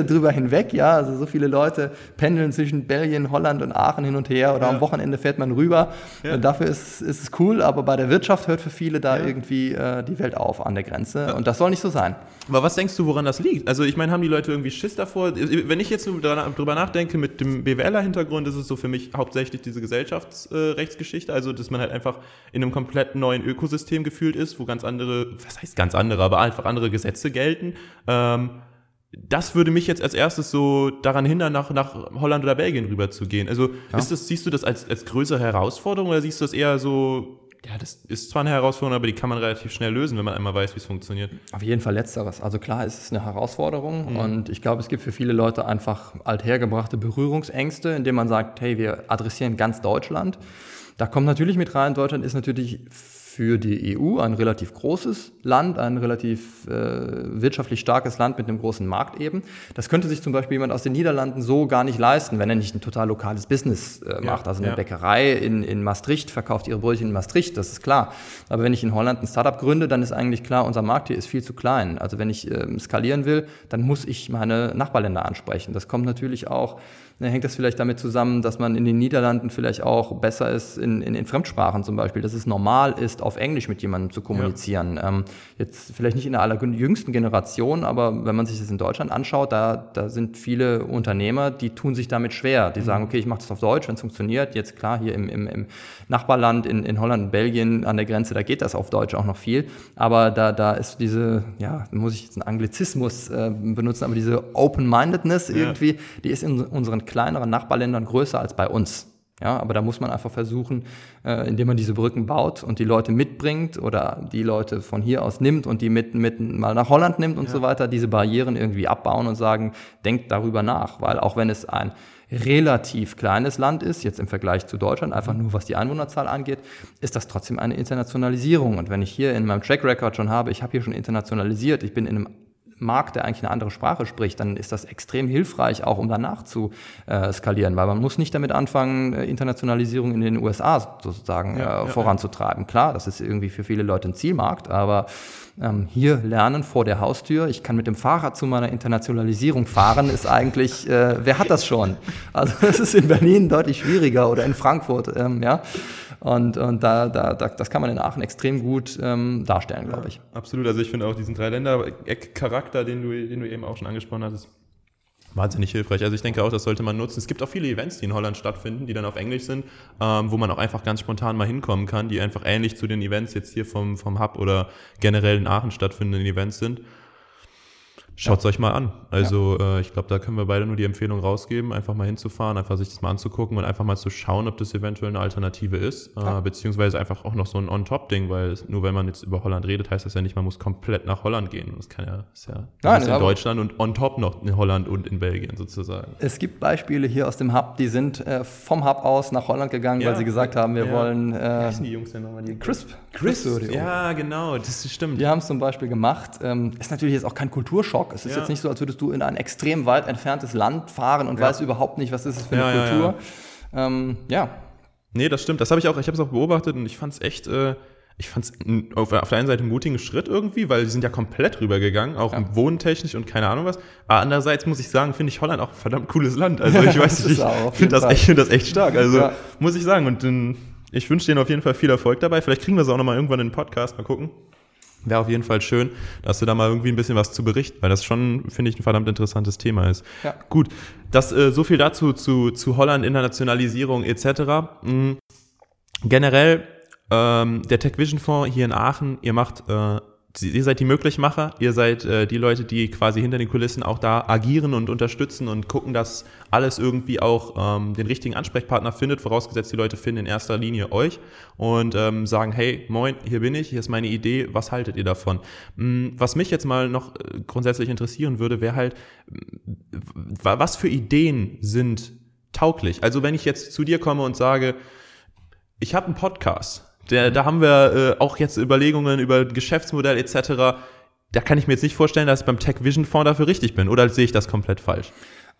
Jahrzehnte drüber hinweg, ja, also so viele Leute pendeln zwischen Belgien, Holland und Aachen hin und her oder ja. am Wochenende fährt man rüber. Ja. Dafür ist, ist es cool, aber bei der Wirtschaft hört für viele da ja. irgendwie äh, die Welt auf an der Grenze ja. und das soll nicht so sein. Aber was denkst du, woran das liegt? Also ich meine, haben die Leute irgendwie Schiss davor? Wenn ich jetzt drüber nachdenke, mit dem B W L-Hintergrund ist es so für mich hauptsächlich diese Gesellschaftsrechtsgeschichte, also dass man halt einfach in einem komplett neuen Ökosystem gefühlt ist, wo ganz andere, was heißt ganz andere, aber einfach andere Gesetze gelten. Ähm, das würde mich jetzt als erstes so daran hindern, nach, nach Holland oder Belgien rüber zu gehen. Also ja. ist das, siehst du das als, als größere Herausforderung oder siehst du das eher so, ja, das ist zwar eine Herausforderung, aber die kann man relativ schnell lösen, wenn man einmal weiß, wie es funktioniert? Auf jeden Fall Letzteres. Also klar, es ist eine Herausforderung mhm. und ich glaube, es gibt für viele Leute einfach althergebrachte Berührungsängste, indem man sagt, hey, wir adressieren ganz Deutschland. Da kommt natürlich mit rein, Deutschland ist natürlich für die E U ein relativ großes Land, ein relativ äh, wirtschaftlich starkes Land mit einem großen Markt eben. Das könnte sich zum Beispiel jemand aus den Niederlanden so gar nicht leisten, wenn er nicht ein total lokales Business äh, macht. Ja, also eine ja. Bäckerei in, in Maastricht verkauft ihre Brötchen in Maastricht, das ist klar. Aber wenn ich in Holland ein Startup gründe, dann ist eigentlich klar, unser Markt hier ist viel zu klein. Also wenn ich äh, skalieren will, dann muss ich meine Nachbarländer ansprechen. Das kommt natürlich auch, dann hängt das vielleicht damit zusammen, dass man in den Niederlanden vielleicht auch besser ist in, in, in Fremdsprachen zum Beispiel, dass es normal ist, auf Englisch mit jemandem zu kommunizieren. Ja. Ähm, jetzt vielleicht nicht in der allerjüngsten Generation, aber wenn man sich das in Deutschland anschaut, da, da sind viele Unternehmer, die tun sich damit schwer. Die mhm. sagen, okay, ich mache das auf Deutsch, wenn es funktioniert. Jetzt klar, hier im, im, im Nachbarland, in, in Holland und Belgien an der Grenze, da geht das auf Deutsch auch noch viel. Aber da, da ist diese, ja, muss ich jetzt einen Anglizismus äh, benutzen, aber diese Open-Mindedness ja. irgendwie, die ist in unseren kleineren Nachbarländern größer als bei uns. Ja, aber da muss man einfach versuchen, äh, indem man diese Brücken baut und die Leute mitbringt oder die Leute von hier aus nimmt und die mit, mit mal nach Holland nimmt und ja. so weiter, diese Barrieren irgendwie abbauen und sagen, denkt darüber nach. Weil auch wenn es ein relativ kleines Land ist, jetzt im Vergleich zu Deutschland, einfach nur was die Einwohnerzahl angeht, ist das trotzdem eine Internationalisierung. Und wenn ich hier in meinem Track Record schon habe, ich habe hier schon internationalisiert, ich bin in einem Markt, der eigentlich eine andere Sprache spricht, dann ist das extrem hilfreich, auch um danach zu äh, skalieren, weil man muss nicht damit anfangen, Internationalisierung in den U S A sozusagen ja, äh, voranzutreiben. Ja. Klar, das ist irgendwie für viele Leute ein Zielmarkt, aber ähm, hier lernen vor der Haustür, ich kann mit dem Fahrrad zu meiner Internationalisierung fahren, ist eigentlich, äh, wer hat das schon? Also das ist in Berlin deutlich schwieriger oder in Frankfurt, ähm, ja. Und, und da, da, da, das kann man in Aachen extrem gut ähm, darstellen, glaube ich. Ja, absolut. Also ich finde auch diesen Drei-Länder-Charakter, den du, den du eben auch schon angesprochen hast, ist wahnsinnig hilfreich. Also ich denke auch, das sollte man nutzen. Es gibt auch viele Events, die in Holland stattfinden, die dann auf Englisch sind, ähm, wo man auch einfach ganz spontan mal hinkommen kann, die einfach ähnlich zu den Events jetzt hier vom, vom Hub oder generell in Aachen stattfindenden Events sind. Schaut es ja. euch mal an. Also ja. äh, ich glaube, da können wir beide nur die Empfehlung rausgeben, einfach mal hinzufahren, einfach sich das mal anzugucken und einfach mal zu schauen, ob das eventuell eine Alternative ist, ja. äh, beziehungsweise einfach auch noch so ein On-Top-Ding, weil es, nur wenn man jetzt über Holland redet, heißt das ja nicht, man muss komplett nach Holland gehen. Das kann ja, ist ja das Nein, ist in Deutschland und on-top noch in Holland und in Belgien sozusagen. Es gibt Beispiele hier aus dem Hub, die sind äh, vom Hub aus nach Holland gegangen, ja. weil sie gesagt haben, wir ja. wollen... Äh, Wie heißen die Jungs denn nochmal? Die Crisp. Crisp, Crisp ja genau, das stimmt. Die haben es zum Beispiel gemacht. Ähm, ist natürlich jetzt auch kein Kulturschock. Es ist ja. jetzt nicht so, als würdest du in ein extrem weit entferntes Land fahren und ja. weißt überhaupt nicht, was ist es für eine ja, Kultur. Ja, ja. Ähm, ja. Nee, das stimmt. Das habe ich auch, ich habe es auch beobachtet und ich fand es echt, äh, ich fand es auf, auf der einen Seite einen mutigen Schritt irgendwie, weil die sind ja komplett rübergegangen, auch ja. wohntechnisch und keine Ahnung was. Aber andererseits muss ich sagen, finde ich Holland auch ein verdammt cooles Land. Also ich weiß nicht, ich finde das, find das echt stark. Also ja. muss ich sagen. Und ähm, ich wünsche denen auf jeden Fall viel Erfolg dabei. Vielleicht kriegen wir es auch nochmal irgendwann in den Podcast. Mal gucken. Wäre auf jeden Fall schön, dass du da mal irgendwie ein bisschen was zu berichten, weil das schon, finde ich, ein verdammt interessantes Thema ist. Ja. Gut, das äh, so viel dazu zu, zu Holland, Internationalisierung et cetera. Mhm. Generell ähm, der Tech Vision Fonds hier in Aachen, ihr macht, äh, ihr seid die Möglichmacher, ihr seid äh, die Leute, die quasi hinter den Kulissen auch da agieren und unterstützen und gucken, dass alles irgendwie auch ähm, den richtigen Ansprechpartner findet, vorausgesetzt die Leute finden in erster Linie euch und ähm, sagen, hey, moin, hier bin ich, hier ist meine Idee, was haltet ihr davon? Was mich jetzt mal noch grundsätzlich interessieren würde, wäre halt, was für Ideen sind tauglich? Also wenn ich jetzt zu dir komme und sage, ich habe einen Podcast, Der, da haben wir äh, auch jetzt Überlegungen über Geschäftsmodell et cetera. Da kann ich mir jetzt nicht vorstellen, dass ich beim Tech Vision Fonds dafür richtig bin. Oder sehe ich das komplett falsch?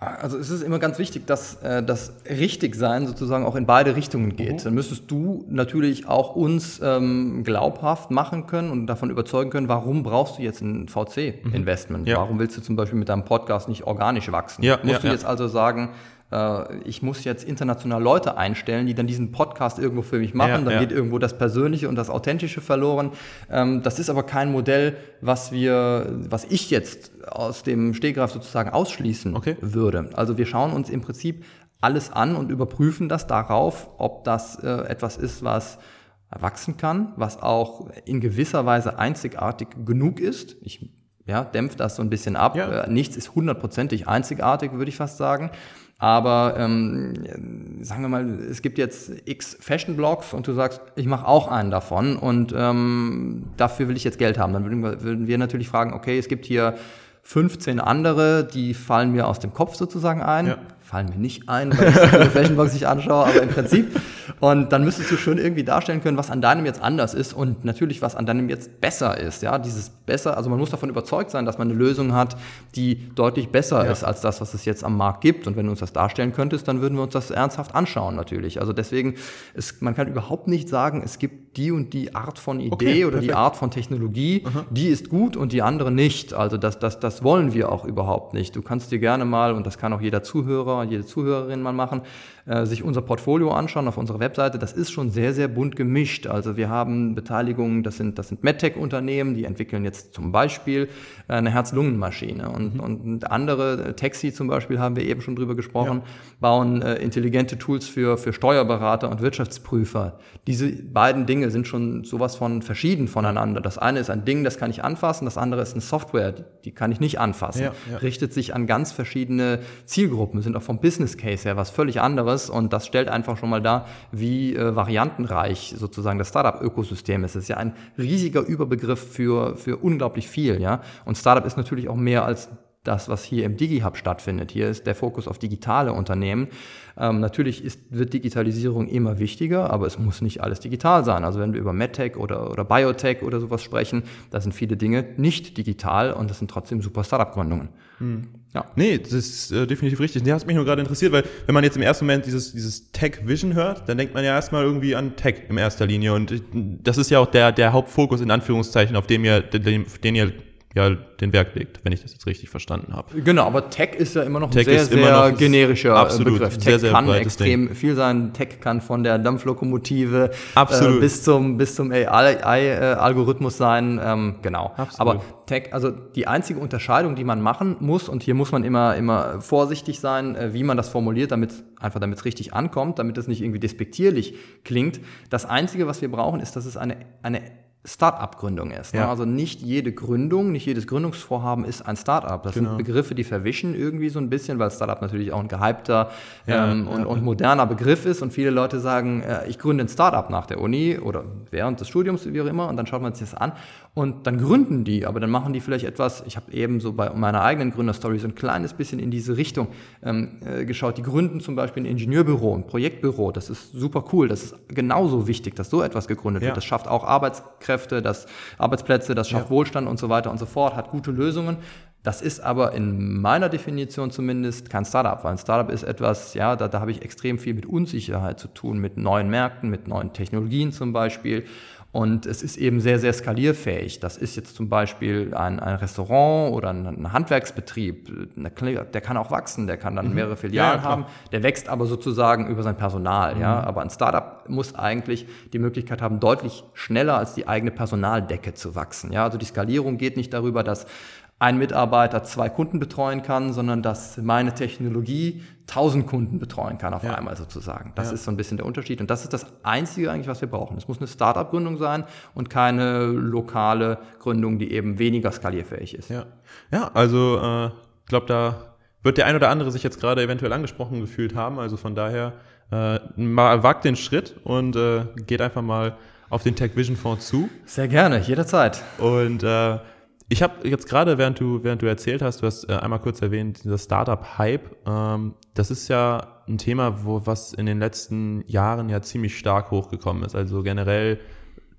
Also es ist immer ganz wichtig, dass äh, das Richtigsein sozusagen auch in beide Richtungen geht. Mhm. Dann müsstest du natürlich auch uns ähm, glaubhaft machen können und davon überzeugen können, warum brauchst du jetzt ein V C-Investment? Mhm. Ja. Warum willst du zum Beispiel mit deinem Podcast nicht organisch wachsen? Ja, Musst ja, du ja. jetzt also sagen, äh, ich muss jetzt international Leute einstellen, die dann diesen Podcast irgendwo für mich machen, ja, dann ja. geht irgendwo das Persönliche und das Authentische verloren. Ähm, das ist aber kein Modell, was wir, was ich jetzt aus dem Stegreif sozusagen ausschließen okay. würde. Also wir schauen uns im Prinzip alles an und überprüfen das darauf, ob das äh, etwas ist, was wachsen kann, was auch in gewisser Weise einzigartig genug ist. Ich ja, dämpfe das so ein bisschen ab. Ja. Äh, nichts ist hundertprozentig einzigartig, würde ich fast sagen. Aber ähm, sagen wir mal, es gibt jetzt x Fashion-Blogs und du sagst, ich mache auch einen davon und ähm, dafür will ich jetzt Geld haben. Dann würden wir, würden wir natürlich fragen, okay, es gibt hier fünfzehn andere, die fallen mir aus dem Kopf sozusagen ein. Ja. Fallen mir nicht ein, weil ich so viele Fashion-Blogs nicht anschaue, aber im Prinzip. Und dann müsstest du schon irgendwie darstellen können, was an deinem jetzt anders ist und natürlich, was an deinem jetzt besser ist. Ja, dieses besser, also man muss davon überzeugt sein, dass man eine Lösung hat, die deutlich besser ja. ist als das, was es jetzt am Markt gibt. Und wenn du uns das darstellen könntest, dann würden wir uns das ernsthaft anschauen natürlich. Also deswegen, ist, man kann überhaupt nicht sagen, es gibt die und die Art von Idee okay, oder perfekt. Die Art von Technologie, Aha. die ist gut und die andere nicht. Also das, das, das wollen wir auch überhaupt nicht. Du kannst dir gerne mal, und das kann auch jeder Zuhörer, jede Zuhörerin mal machen, äh, sich unser Portfolio anschauen auf unserer Webseite. Das ist schon sehr, sehr bunt gemischt. Also wir haben Beteiligungen, das sind, das sind MedTech-Unternehmen, die entwickeln jetzt zum Beispiel äh, eine Herz-Lungen-Maschine. Und, mhm. und andere, Taxi zum Beispiel, haben wir eben schon drüber gesprochen, ja. bauen äh, intelligente Tools für, für Steuerberater und Wirtschaftsprüfer. Diese beiden Dinge sind schon sowas von verschieden voneinander. Das eine ist ein Ding, das kann ich anfassen, das andere ist eine Software, die kann ich nicht anfassen. Ja, ja. Richtet sich an ganz verschiedene Zielgruppen, sind auch vom Business Case her was völlig anderes und das stellt einfach schon mal dar, wie äh, variantenreich sozusagen das Startup-Ökosystem ist. Es ist ja ein riesiger Überbegriff für, für unglaublich viel, ja. Und Startup ist natürlich auch mehr als das, was hier im DigiHub stattfindet. Hier ist der Fokus auf digitale Unternehmen. Ähm, natürlich ist, wird Digitalisierung immer wichtiger, aber es muss nicht alles digital sein. Also wenn wir über MedTech oder, oder Biotech oder sowas sprechen, da sind viele Dinge nicht digital und das sind trotzdem super Startup-Gründungen. Hm. Ja. Nee, das ist äh, definitiv richtig. Das hat mich nur gerade interessiert, weil wenn man jetzt im ersten Moment dieses, dieses Tech-Vision hört, dann denkt man ja erstmal irgendwie an Tech in erster Linie und das ist ja auch der, der Hauptfokus in Anführungszeichen, auf dem ihr, den, den ihr ja den Wert legt, wenn ich das jetzt richtig verstanden habe. Genau, aber Tech ist ja immer noch Tech ein sehr, sehr noch generischer absolut, Begriff. Tech sehr, sehr kann extrem Ding. viel sein. Tech kann von der Dampflokomotive äh, bis zum bis zum A I-Algorithmus sein. Ähm, genau. Absolut. Aber Tech, also die einzige Unterscheidung, die man machen muss, und hier muss man immer immer vorsichtig sein, äh, wie man das formuliert, damit einfach damit es richtig ankommt, damit es nicht irgendwie despektierlich klingt. Das Einzige, was wir brauchen, ist, dass es eine eine Start-up-Gründung ist. Ja. Ne? Also nicht jede Gründung, nicht jedes Gründungsvorhaben ist ein Start-up. Das genau. sind Begriffe, die verwischen irgendwie so ein bisschen, weil Start-up natürlich auch ein gehypter ja, ähm, ja, und, ja. und moderner Begriff ist und viele Leute sagen, äh, ich gründe ein Start-up nach der Uni oder während des Studiums, wie auch immer, und dann schaut man sich das an und dann gründen die, aber dann machen die vielleicht etwas, ich habe eben so bei meiner eigenen Gründerstory so ein kleines bisschen in diese Richtung ähm, äh, geschaut, die gründen zum Beispiel ein Ingenieurbüro, ein Projektbüro, das ist super cool, das ist genauso wichtig, dass so etwas gegründet ja. wird, das schafft auch Arbeitskräfte, das Arbeitsplätze, das schafft ja. Wohlstand und so weiter und so fort, hat gute Lösungen. Das ist aber in meiner Definition zumindest kein Startup, weil ein Startup ist etwas, ja, da, da habe ich extrem viel mit Unsicherheit zu tun, mit neuen Märkten, mit neuen Technologien zum Beispiel. Und es ist eben sehr, sehr skalierfähig. Das ist jetzt zum Beispiel ein, ein Restaurant oder ein, ein Handwerksbetrieb. Der kann auch wachsen, der kann dann mhm. mehrere Filialen ja, haben. Der wächst aber sozusagen über sein Personal. Mhm. Ja. Aber ein Startup muss eigentlich die Möglichkeit haben, deutlich schneller als die eigene Personaldecke zu wachsen. Ja. Also die Skalierung geht nicht darüber, dass ein Mitarbeiter zwei Kunden betreuen kann, sondern dass meine Technologie tausend Kunden betreuen kann auf ja. einmal sozusagen. Das ja. ist so ein bisschen der Unterschied. Und das ist das Einzige eigentlich, was wir brauchen. Es muss eine Start-up-Gründung sein und keine lokale Gründung, die eben weniger skalierfähig ist. Ja, ja also ich äh, glaube, da wird der ein oder andere sich jetzt gerade eventuell angesprochen gefühlt haben. Also von daher äh, mal wagt den Schritt und äh, geht einfach mal auf den Tech Vision Fonds zu. Sehr gerne, jederzeit. Und äh, ich habe jetzt gerade, während du, während du erzählt hast, du hast äh, einmal kurz erwähnt, dieser Startup-Hype, ähm, das ist ja ein Thema, wo was in den letzten Jahren ja ziemlich stark hochgekommen ist. Also generell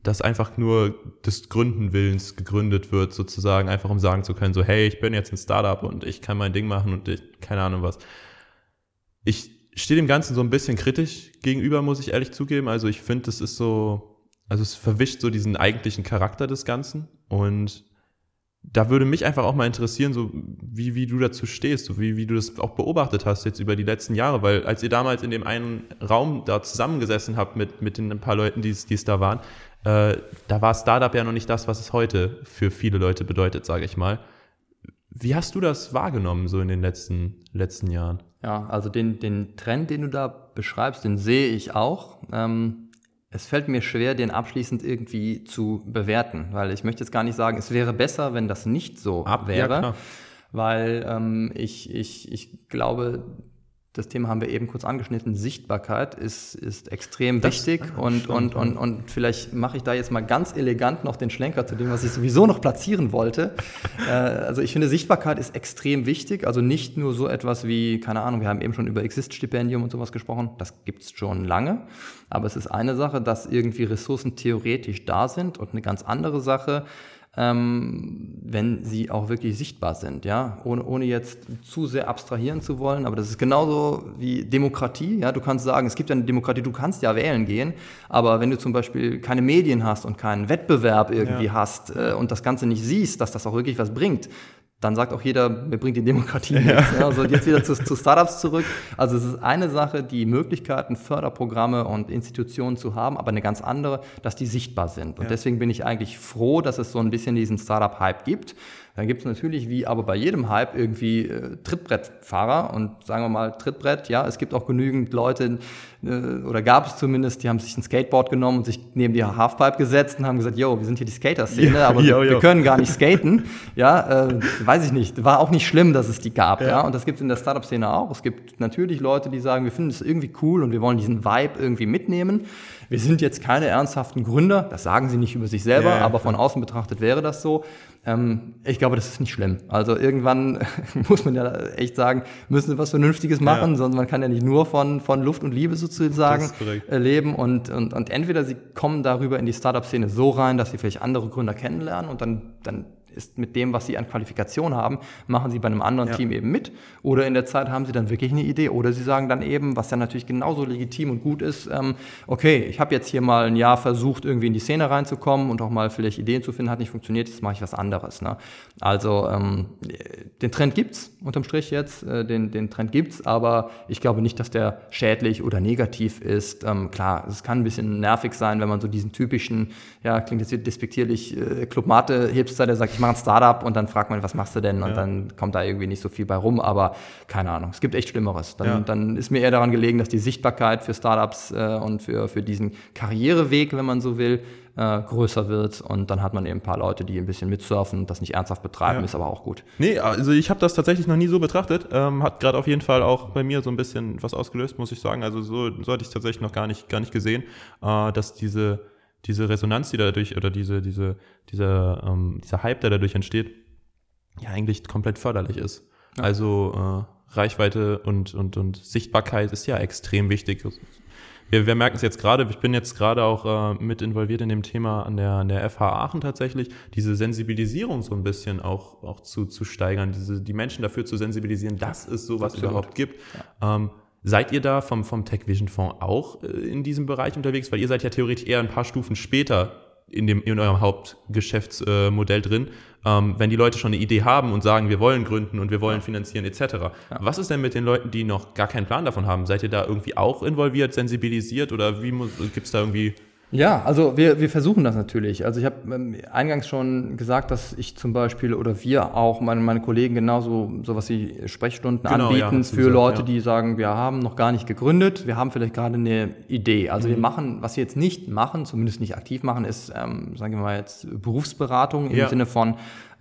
dass einfach nur des Gründenwillens gegründet wird, sozusagen, einfach um sagen zu können, so hey, ich bin jetzt ein Startup und ich kann mein Ding machen und ich, keine Ahnung was. Ich stehe dem Ganzen so ein bisschen kritisch gegenüber, muss ich ehrlich zugeben. Also ich finde, das ist so, also es verwischt so diesen eigentlichen Charakter des Ganzen und da würde mich einfach auch mal interessieren, so wie, wie du dazu stehst, so wie, wie du das auch beobachtet hast jetzt über die letzten Jahre, weil als ihr damals in dem einen Raum da zusammengesessen habt mit, mit den ein paar Leuten, die es, die es da waren, äh, da war Startup ja noch nicht das, was es heute für viele Leute bedeutet, sage ich mal. Wie hast du das wahrgenommen so in den letzten, letzten Jahren? Ja, also den, den Trend, den du da beschreibst, den sehe ich auch. Ähm Es fällt mir schwer, den abschließend irgendwie zu bewerten, weil ich möchte jetzt gar nicht sagen, es wäre besser, wenn das nicht so Ab, wäre, ja, weil ähm, ich, ich, ich glaube, das Thema haben wir eben kurz angeschnitten, Sichtbarkeit ist, ist extrem das, wichtig ah, und, stimmt, und, und, und vielleicht mache ich da jetzt mal ganz elegant noch den Schlenker zu dem, was ich sowieso noch platzieren wollte. äh, also ich finde, Sichtbarkeit ist extrem wichtig, also nicht nur so etwas wie, keine Ahnung, wir haben eben schon über Exist-Stipendium und sowas gesprochen, das gibt's schon lange, aber es ist eine Sache, dass irgendwie Ressourcen theoretisch da sind und eine ganz andere Sache, Ähm, wenn sie auch wirklich sichtbar sind, ja, ohne, ohne jetzt zu sehr abstrahieren zu wollen, aber das ist genauso wie Demokratie, ja, du kannst sagen, es gibt ja eine Demokratie, du kannst ja wählen gehen, aber wenn du zum Beispiel keine Medien hast und keinen Wettbewerb irgendwie ja. hast äh, und das Ganze nicht siehst, dass das auch wirklich was bringt, dann sagt auch jeder, mir bringt die Demokratie nichts. Ja. Ja, also jetzt wieder zu, zu Startups zurück. Also es ist eine Sache, die Möglichkeiten, Förderprogramme und Institutionen zu haben, aber eine ganz andere, dass die sichtbar sind. Und ja. deswegen bin ich eigentlich froh, dass es so ein bisschen diesen Startup-Hype gibt. Dann gibt es natürlich, wie aber bei jedem Hype, irgendwie äh, Trittbrettfahrer und sagen wir mal Trittbrett, ja, es gibt auch genügend Leute, äh, oder gab es zumindest, die haben sich ein Skateboard genommen und sich neben die Halfpipe gesetzt und haben gesagt, yo, wir sind hier die Skater-Szene, ja, aber yo, wir, yo. wir können gar nicht skaten, ja, äh, weiß ich nicht, war auch nicht schlimm, dass es die gab, ja, ja? Und das gibt es in der Startup-Szene auch. Es gibt natürlich Leute, die sagen, wir finden es irgendwie cool und wir wollen diesen Vibe irgendwie mitnehmen. Wir sind jetzt keine ernsthaften Gründer, das sagen sie nicht über sich selber, ja, ja, aber von außen betrachtet wäre das so. Ähm, ich glaube, das ist nicht schlimm. Also irgendwann muss man ja echt sagen, müssen wir was Vernünftiges machen, ja. sondern man kann ja nicht nur von, von Luft und Liebe sozusagen leben. Und, und, und entweder sie kommen darüber in die Startup-Szene so rein, dass sie vielleicht andere Gründer kennenlernen und dann, dann ist mit dem, was sie an Qualifikation haben, machen sie bei einem anderen ja. Team eben mit. Oder in der Zeit haben sie dann wirklich eine Idee. Oder sie sagen dann eben, was ja natürlich genauso legitim und gut ist, ähm, okay, ich habe jetzt hier mal ein Jahr versucht, irgendwie in die Szene reinzukommen und auch mal vielleicht Ideen zu finden, hat nicht funktioniert, jetzt mache ich was anderes. Ne? Also ähm, den Trend gibt's, unterm Strich jetzt, äh, den, den Trend gibt's, aber ich glaube nicht, dass der schädlich oder negativ ist. Ähm, klar, es kann ein bisschen nervig sein, wenn man so diesen typischen, ja, klingt jetzt despektierlich, äh, Club-Mate-Hipster, der sagt, ich mache ein Startup und dann fragt man, was machst du denn? Und ja. dann kommt da irgendwie nicht so viel bei rum, aber keine Ahnung, es gibt echt Schlimmeres. Dann, ja. dann ist mir eher daran gelegen, dass die Sichtbarkeit für Startups äh, und für, für diesen Karriereweg, wenn man so will, äh, größer wird und dann hat man eben ein paar Leute, die ein bisschen mitsurfen und das nicht ernsthaft betreiben, ja. ist aber auch gut. Nee, also ich habe das tatsächlich noch nie so betrachtet, ähm, hat gerade auf jeden Fall auch bei mir so ein bisschen was ausgelöst, muss ich sagen, also so, so hatte ich es tatsächlich noch gar nicht, gar nicht gesehen, äh, dass diese diese Resonanz, die dadurch, oder diese, diese, dieser, ähm, dieser Hype, der dadurch entsteht, ja eigentlich komplett förderlich ist. Ja. Also äh, Reichweite und, und, und Sichtbarkeit ist ja extrem wichtig. Wir, wir merken es jetzt gerade, ich bin jetzt gerade auch äh, mit involviert in dem Thema an der, an der F H Aachen tatsächlich, diese Sensibilisierung so ein bisschen auch, auch zu, zu steigern, diese, die Menschen dafür zu sensibilisieren, dass es sowas Absolut. überhaupt gibt. Ja. Ähm, Seid ihr da vom, vom Tech Vision Fonds auch äh, in diesem Bereich unterwegs? Weil ihr seid ja theoretisch eher ein paar Stufen später in, dem, in eurem Hauptgeschäftsmodell äh, drin, ähm, wenn die Leute schon eine Idee haben und sagen, wir wollen gründen und wir wollen finanzieren et cetera. Ja. Was ist denn mit den Leuten, die noch gar keinen Plan davon haben? Seid ihr da irgendwie auch involviert, sensibilisiert oder wie gibt es da irgendwie... Ja, also wir, wir versuchen das natürlich. Also ich habe ähm, eingangs schon gesagt, dass ich zum Beispiel oder wir auch, meine, meine Kollegen genauso sowas wie Sprechstunden genau, anbieten ja, für gesagt, Leute, ja. die sagen, wir haben noch gar nicht gegründet, wir haben vielleicht gerade eine Idee. Also mhm. wir machen, was wir jetzt nicht machen, zumindest nicht aktiv machen, ist, ähm, sagen wir mal jetzt Berufsberatung im ja. Sinne von,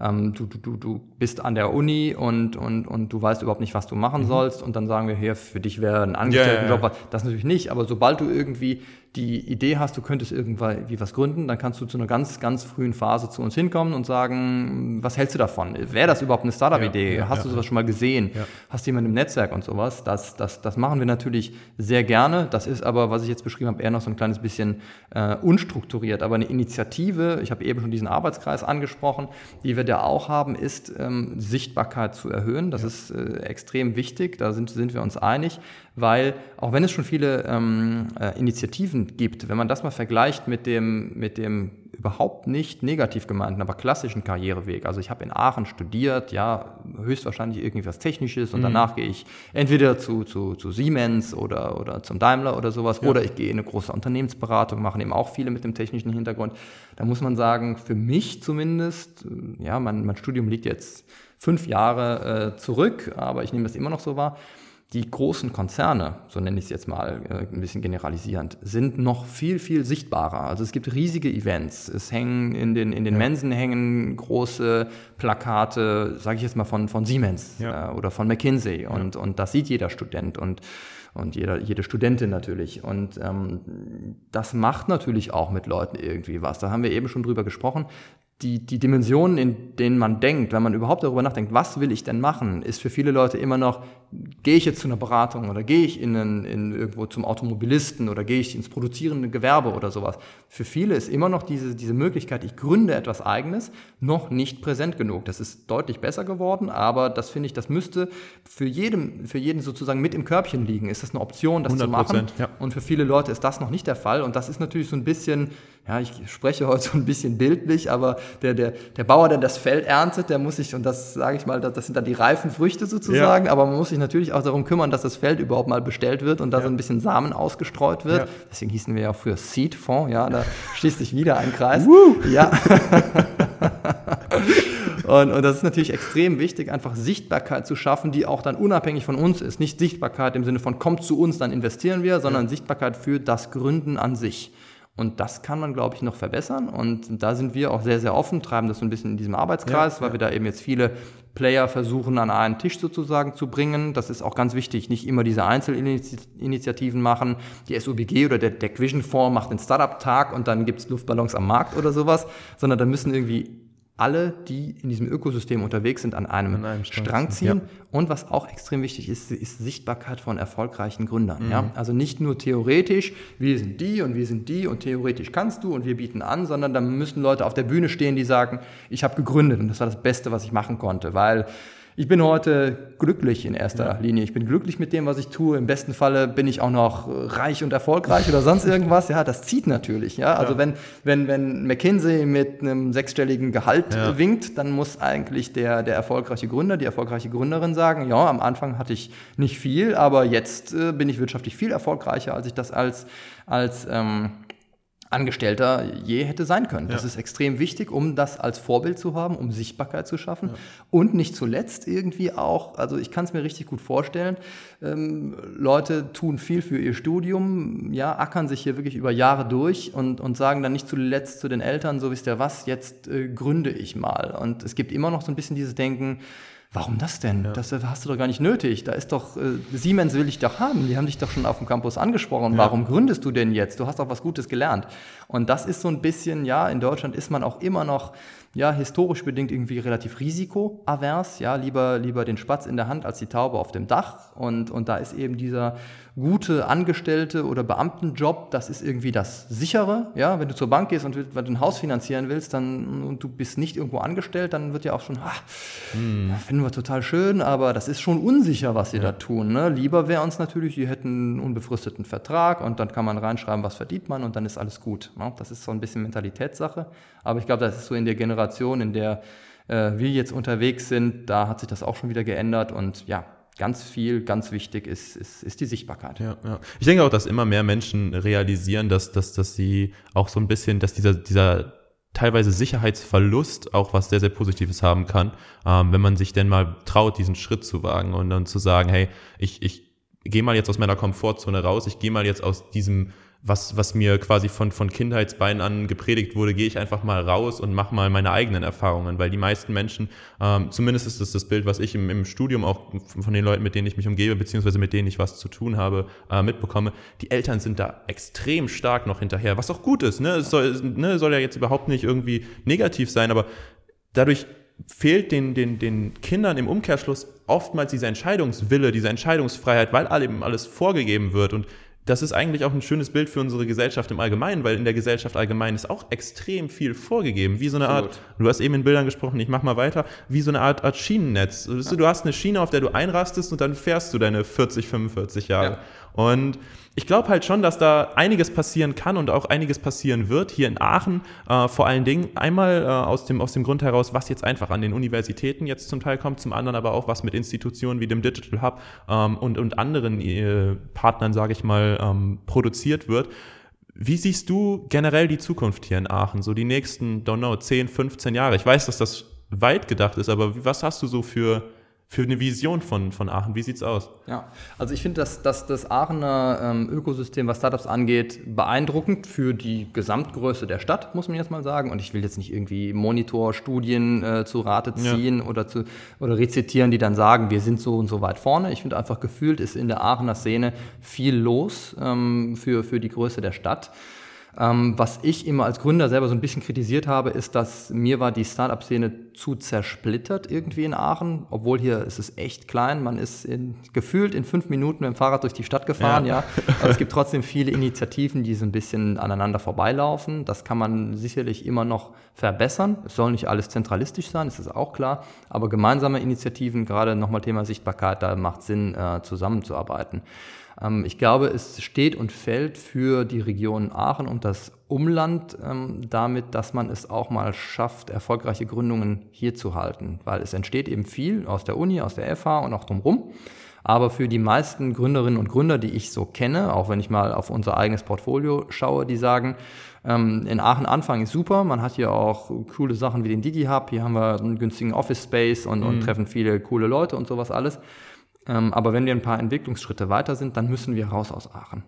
ähm, du, du, du bist an der Uni und, und, und du weißt überhaupt nicht, was du machen mhm. sollst und dann sagen wir, hier, für dich wäre ein Angestelltenjob, ja, ja, ja. das natürlich nicht, aber sobald du irgendwie die Idee hast, du könntest irgendwie was gründen, dann kannst du zu einer ganz, ganz frühen Phase zu uns hinkommen und sagen, was hältst du davon? Wäre das überhaupt eine Startup-Idee? Ja, ja, hast ja, du sowas ja. schon mal gesehen? Ja. Hast du jemanden im Netzwerk und sowas? Das, das, das machen wir natürlich sehr gerne. Das ist aber, was ich jetzt beschrieben habe, eher noch so ein kleines bisschen äh, unstrukturiert. Aber eine Initiative, ich habe eben schon diesen Arbeitskreis angesprochen, die wir da auch haben, ist, ähm, Sichtbarkeit zu erhöhen. Das ja. ist äh, extrem wichtig, da sind, sind wir uns einig, weil auch wenn es schon viele ähm, äh, Initiativen gibt, wenn man das mal vergleicht mit dem, mit dem überhaupt nicht negativ gemeinten, aber klassischen Karriereweg. Also ich habe in Aachen studiert, ja, höchstwahrscheinlich irgendwas Technisches und mhm. danach gehe ich entweder zu, zu, zu Siemens oder, oder zum Daimler oder sowas ja. oder ich gehe in eine große Unternehmensberatung, machen eben auch viele mit dem technischen Hintergrund. Da muss man sagen, für mich zumindest, ja, mein, mein Studium liegt jetzt fünf Jahre äh, zurück, aber ich nehme das immer noch so wahr. Die großen Konzerne, so nenne ich es jetzt mal äh, ein bisschen generalisierend, sind noch viel, viel sichtbarer. Also es gibt riesige Events. Es hängen in den, in den ja. Mensen hängen große Plakate, sage ich jetzt mal von, von Siemens ja. äh, oder von McKinsey. Und, ja. und das sieht jeder Student und, und jeder, jede Studentin natürlich. Und ähm, das macht natürlich auch mit Leuten irgendwie was. Da haben wir eben schon drüber gesprochen. Die, die Dimensionen, in denen man denkt, wenn man überhaupt darüber nachdenkt, was will ich denn machen, ist für viele Leute immer noch, gehe ich jetzt zu einer Beratung oder gehe ich in, einen, in irgendwo zum Automobilisten oder gehe ich ins produzierende Gewerbe oder sowas. Für viele ist immer noch diese, diese Möglichkeit, ich gründe etwas Eigenes, noch nicht präsent genug. Das ist deutlich besser geworden, aber das finde ich, das müsste für jeden, für jeden sozusagen mit im Körbchen liegen. Ist das eine Option, das hundert Prozent, zu machen? Ja. Und für viele Leute ist das noch nicht der Fall und das ist natürlich so ein bisschen, ja, ich spreche heute so ein bisschen bildlich, aber der, der, der Bauer, der das Feld erntet, der muss sich, und das sage ich mal, das, das sind dann die reifen Früchte sozusagen, ja. aber man muss sich natürlich auch darum kümmern, dass das Feld überhaupt mal bestellt wird und da ja. so ein bisschen Samen ausgestreut wird. Ja. Deswegen hießen wir ja auch früher Seed-Fonds, ja, da schließt sich wieder ein Kreis. Ja. Und, und das ist natürlich extrem wichtig, einfach Sichtbarkeit zu schaffen, die auch dann unabhängig von uns ist. Nicht Sichtbarkeit im Sinne von, kommt zu uns, dann investieren wir, sondern ja. Sichtbarkeit für das Gründen an sich. Und das kann man, glaube ich, noch verbessern. Und da sind wir auch sehr, sehr offen, treiben das so ein bisschen in diesem Arbeitskreis, ja, weil ja. wir da eben jetzt viele Player versuchen, an einen Tisch sozusagen zu bringen. Das ist auch ganz wichtig, nicht immer diese Einzelinitiativen machen. Die S O B G oder der Deck Vision Fonds macht den Startup-Tag und dann gibt es Luftballons am Markt oder sowas, sondern da müssen irgendwie alle, die in diesem Ökosystem unterwegs sind, an einem, an einem Strang ziehen. Ja. Und was auch extrem wichtig ist, ist Sichtbarkeit von erfolgreichen Gründern. Mhm. Ja? Also nicht nur theoretisch, wir sind die und wir sind die und theoretisch kannst du und wir bieten an, sondern da müssen Leute auf der Bühne stehen, die sagen, ich habe gegründet und das war das Beste, was ich machen konnte, weil ich bin heute glücklich in erster ja. Linie. Ich bin glücklich mit dem, was ich tue. Im besten Falle bin ich auch noch reich und erfolgreich oder sonst irgendwas. Ja, das zieht natürlich. Ja, also ja. wenn wenn wenn McKinsey mit einem sechsstelligen Gehalt ja. winkt, dann muss eigentlich der der erfolgreiche Gründer, die erfolgreiche Gründerin sagen: Ja, am Anfang hatte ich nicht viel, aber jetzt äh, bin ich wirtschaftlich viel erfolgreicher, als ich das als als ähm, Angestellter je hätte sein können. Das ja. ist extrem wichtig, um das als Vorbild zu haben, um Sichtbarkeit zu schaffen. Ja. Und nicht zuletzt irgendwie auch, also ich kann es mir richtig gut vorstellen, ähm, Leute tun viel für ihr Studium, ja, ackern sich hier wirklich über Jahre durch und, und sagen dann nicht zuletzt zu den Eltern, so wisst ihr was, jetzt äh, gründe ich mal. Und es gibt immer noch so ein bisschen dieses Denken, warum das denn? Ja. Das hast du doch gar nicht nötig. Da ist doch, äh, Siemens will ich doch haben. Die haben dich doch schon auf dem Campus angesprochen. Ja. Warum gründest du denn jetzt? Du hast doch was Gutes gelernt. Und das ist so ein bisschen, ja, in Deutschland ist man auch immer noch, ja, historisch bedingt irgendwie relativ risikoavers. Ja, lieber, lieber den Spatz in der Hand als die Taube auf dem Dach. Und, und da ist eben dieser gute Angestellte- oder Beamtenjob, das ist irgendwie das Sichere. Ja, wenn du zur Bank gehst und wenn du ein Haus finanzieren willst, dann, und du bist nicht irgendwo angestellt, dann wird ja auch schon, ah, hm. finden wir total schön, aber das ist schon unsicher, was sie ja. da tun. Ne? Lieber wäre uns natürlich, die hätten einen unbefristeten Vertrag und dann kann man reinschreiben, was verdient man und dann ist alles gut. Ne? Das ist so ein bisschen Mentalitätssache. Aber ich glaube, das ist so in der Generation, in der äh, wir jetzt unterwegs sind, da hat sich das auch schon wieder geändert und ja, ganz viel, ganz wichtig ist, ist, ist die Sichtbarkeit. Ja, ja. Ich denke auch, dass immer mehr Menschen realisieren, dass, dass, dass sie auch so ein bisschen, dass dieser, dieser teilweise Sicherheitsverlust auch was sehr, sehr Positives haben kann, ähm, wenn man sich denn mal traut, diesen Schritt zu wagen und dann zu sagen, hey, ich, ich gehe mal jetzt aus meiner Komfortzone raus, ich gehe mal jetzt aus diesem, was, was mir quasi von, von Kindheitsbeinen an gepredigt wurde, gehe ich einfach mal raus und mache mal meine eigenen Erfahrungen, weil die meisten Menschen, ähm, zumindest ist das das Bild, was ich im, im Studium auch von den Leuten, mit denen ich mich umgebe, beziehungsweise mit denen ich was zu tun habe, äh, mitbekomme, die Eltern sind da extrem stark noch hinterher, was auch gut ist, ne, es soll, ne, soll ja jetzt überhaupt nicht irgendwie negativ sein, aber dadurch fehlt den, den, den Kindern im Umkehrschluss oftmals dieser Entscheidungswille, diese Entscheidungsfreiheit, weil allem alles vorgegeben wird. Und das ist eigentlich auch ein schönes Bild für unsere Gesellschaft im Allgemeinen, weil in der Gesellschaft allgemein ist auch extrem viel vorgegeben, wie so eine Absolut. Art, du hast eben in Bildern gesprochen, ich mach mal weiter, wie so eine Art, Art Schienennetz. Ja. Du hast eine Schiene, auf der du einrastest und dann fährst du deine vierzig, fünfundvierzig Jahre. Ja. Und ich glaube halt schon, dass da einiges passieren kann und auch einiges passieren wird, hier in Aachen, äh, vor allen Dingen einmal äh, aus dem, aus dem Grund heraus, was jetzt einfach an den Universitäten jetzt zum Teil kommt, zum anderen aber auch, was mit Institutionen wie dem Digital Hub ähm, und, und anderen äh, Partnern, sage ich mal, ähm, produziert wird. Wie siehst du generell die Zukunft hier in Aachen, so die nächsten, don't know, zehn, fünfzehn Jahre? Ich weiß, dass das weit gedacht ist, aber was hast du so für... für eine Vision von, von Aachen? Wie sieht's aus? Ja, also ich finde, dass, dass das Aachener ähm, Ökosystem, was Startups angeht, beeindruckend für die Gesamtgröße der Stadt, muss man jetzt mal sagen. Und ich will jetzt nicht irgendwie Monitorstudien äh, zu Rate ziehen ja. oder, zu, oder rezitieren, die dann sagen, wir sind so und so weit vorne. Ich finde einfach, gefühlt ist in der Aachener Szene viel los ähm, für, für die Größe der Stadt. Ähm, was ich immer als Gründer selber so ein bisschen kritisiert habe, ist, dass mir war die Startup-Szene zu zersplittert irgendwie in Aachen, obwohl hier ist es echt klein, man ist in, gefühlt in fünf Minuten mit dem Fahrrad durch die Stadt gefahren, ja. ja. Aber es gibt trotzdem viele Initiativen, die so ein bisschen aneinander vorbeilaufen. Das kann man sicherlich immer noch verbessern. Es soll nicht alles zentralistisch sein, das ist auch klar, aber gemeinsame Initiativen, gerade nochmal Thema Sichtbarkeit, da macht Sinn, äh, zusammenzuarbeiten. Ich glaube, es steht und fällt für die Region Aachen und das Umland ähm, damit, dass man es auch mal schafft, erfolgreiche Gründungen hier zu halten. Weil es entsteht eben viel aus der Uni, aus der F H und auch drumherum. Aber für die meisten Gründerinnen und Gründer, die ich so kenne, auch wenn ich mal auf unser eigenes Portfolio schaue, die sagen, ähm, in Aachen anfangen ist super. Man hat hier auch coole Sachen wie den DigiHub. Hier haben wir einen günstigen Office Space und, mhm. und treffen viele coole Leute und sowas alles. Ähm, aber wenn wir ein paar Entwicklungsschritte weiter sind, dann müssen wir raus aus Aachen.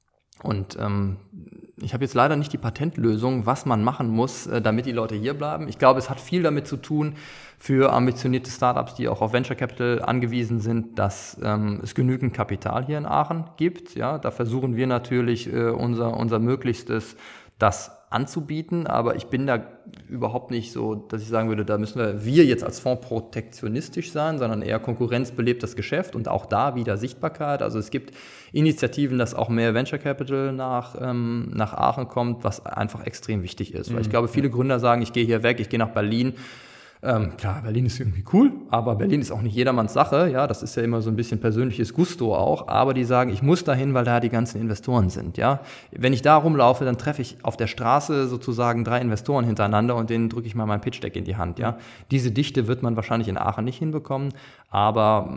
Und ähm, ich habe jetzt leider nicht die Patentlösung, was man machen muss, äh, damit die Leute hier bleiben. Ich glaube, es hat viel damit zu tun für ambitionierte Startups, die auch auf Venture Capital angewiesen sind, dass ähm, es genügend Kapital hier in Aachen gibt. Ja, da versuchen wir natürlich äh, unser, unser Möglichstes, das anzubieten, aber ich bin da überhaupt nicht so, dass ich sagen würde, da müssen wir, wir jetzt als Fonds protektionistisch sein, sondern eher Konkurrenz belebt das Geschäft und auch da wieder Sichtbarkeit. Also es gibt Initiativen, dass auch mehr Venture Capital nach, ähm, nach Aachen kommt, was einfach extrem wichtig ist. Mhm. Weil ich glaube, viele Gründer sagen, ich gehe hier weg, ich gehe nach Berlin. Ähm, klar, Berlin ist irgendwie cool, aber Berlin ist auch nicht jedermanns Sache, ja, das ist ja immer so ein bisschen persönliches Gusto auch, aber die sagen, ich muss dahin, weil da die ganzen Investoren sind, ja. Wenn ich da rumlaufe, dann treffe ich auf der Straße sozusagen drei Investoren hintereinander und denen drücke ich mal mein Pitch-Deck in die Hand, ja. Diese Dichte wird man wahrscheinlich in Aachen nicht hinbekommen, aber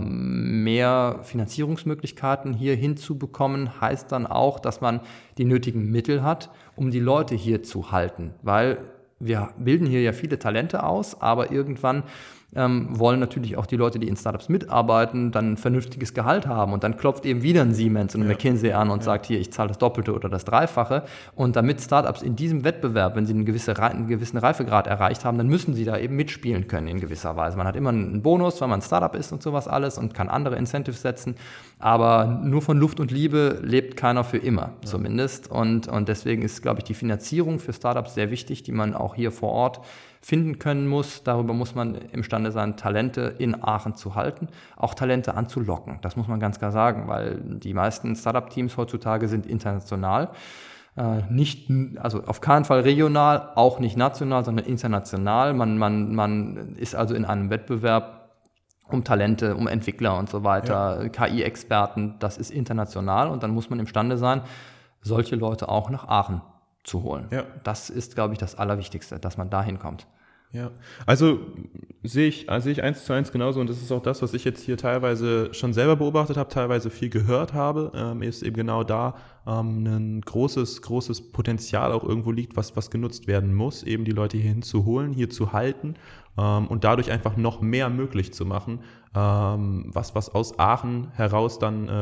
mehr Finanzierungsmöglichkeiten hier hinzubekommen, heißt dann auch, dass man die nötigen Mittel hat, um die Leute hier zu halten, weil wir bilden hier ja viele Talente aus, aber irgendwann ähm, wollen natürlich auch die Leute, die in Startups mitarbeiten, dann ein vernünftiges Gehalt haben. Und dann klopft eben wieder ein Siemens und ein ja. McKinsey an und ja. sagt, hier, ich zahle das Doppelte oder das Dreifache. Und damit Startups in diesem Wettbewerb, wenn sie einen, gewisse, einen gewissen Reifegrad erreicht haben, dann müssen sie da eben mitspielen können in gewisser Weise. Man hat immer einen Bonus, weil man ein Startup ist und sowas alles und kann andere Incentives setzen. Aber nur von Luft und Liebe lebt keiner für immer, ja. zumindest. Und, und deswegen ist, glaube ich, die Finanzierung für Startups sehr wichtig, die man auch hier vor Ort finden können muss. Darüber muss man imstande sein, Talente in Aachen zu halten, auch Talente anzulocken. Das muss man ganz klar sagen, weil die meisten Startup-Teams heutzutage sind international. Äh, nicht, also auf keinen Fall regional, auch nicht national, sondern international. Man, man, man ist also in einem Wettbewerb um Talente, um Entwickler und so weiter, ja. K I-Experten, das ist international und dann muss man imstande sein, solche Leute auch nach Aachen zu holen. Ja. Das ist, glaube ich, das Allerwichtigste, dass man dahin kommt. Ja, also sehe ich, also sehe ich eins zu eins genauso und das ist auch das, was ich jetzt hier teilweise schon selber beobachtet habe, teilweise viel gehört habe, ähm, ist eben genau da ähm, ein großes, großes Potenzial auch irgendwo liegt, was, was genutzt werden muss, eben die Leute hier hinzuholen, hier zu halten ähm, und dadurch einfach noch mehr möglich zu machen, ähm, was, was aus Aachen heraus dann äh,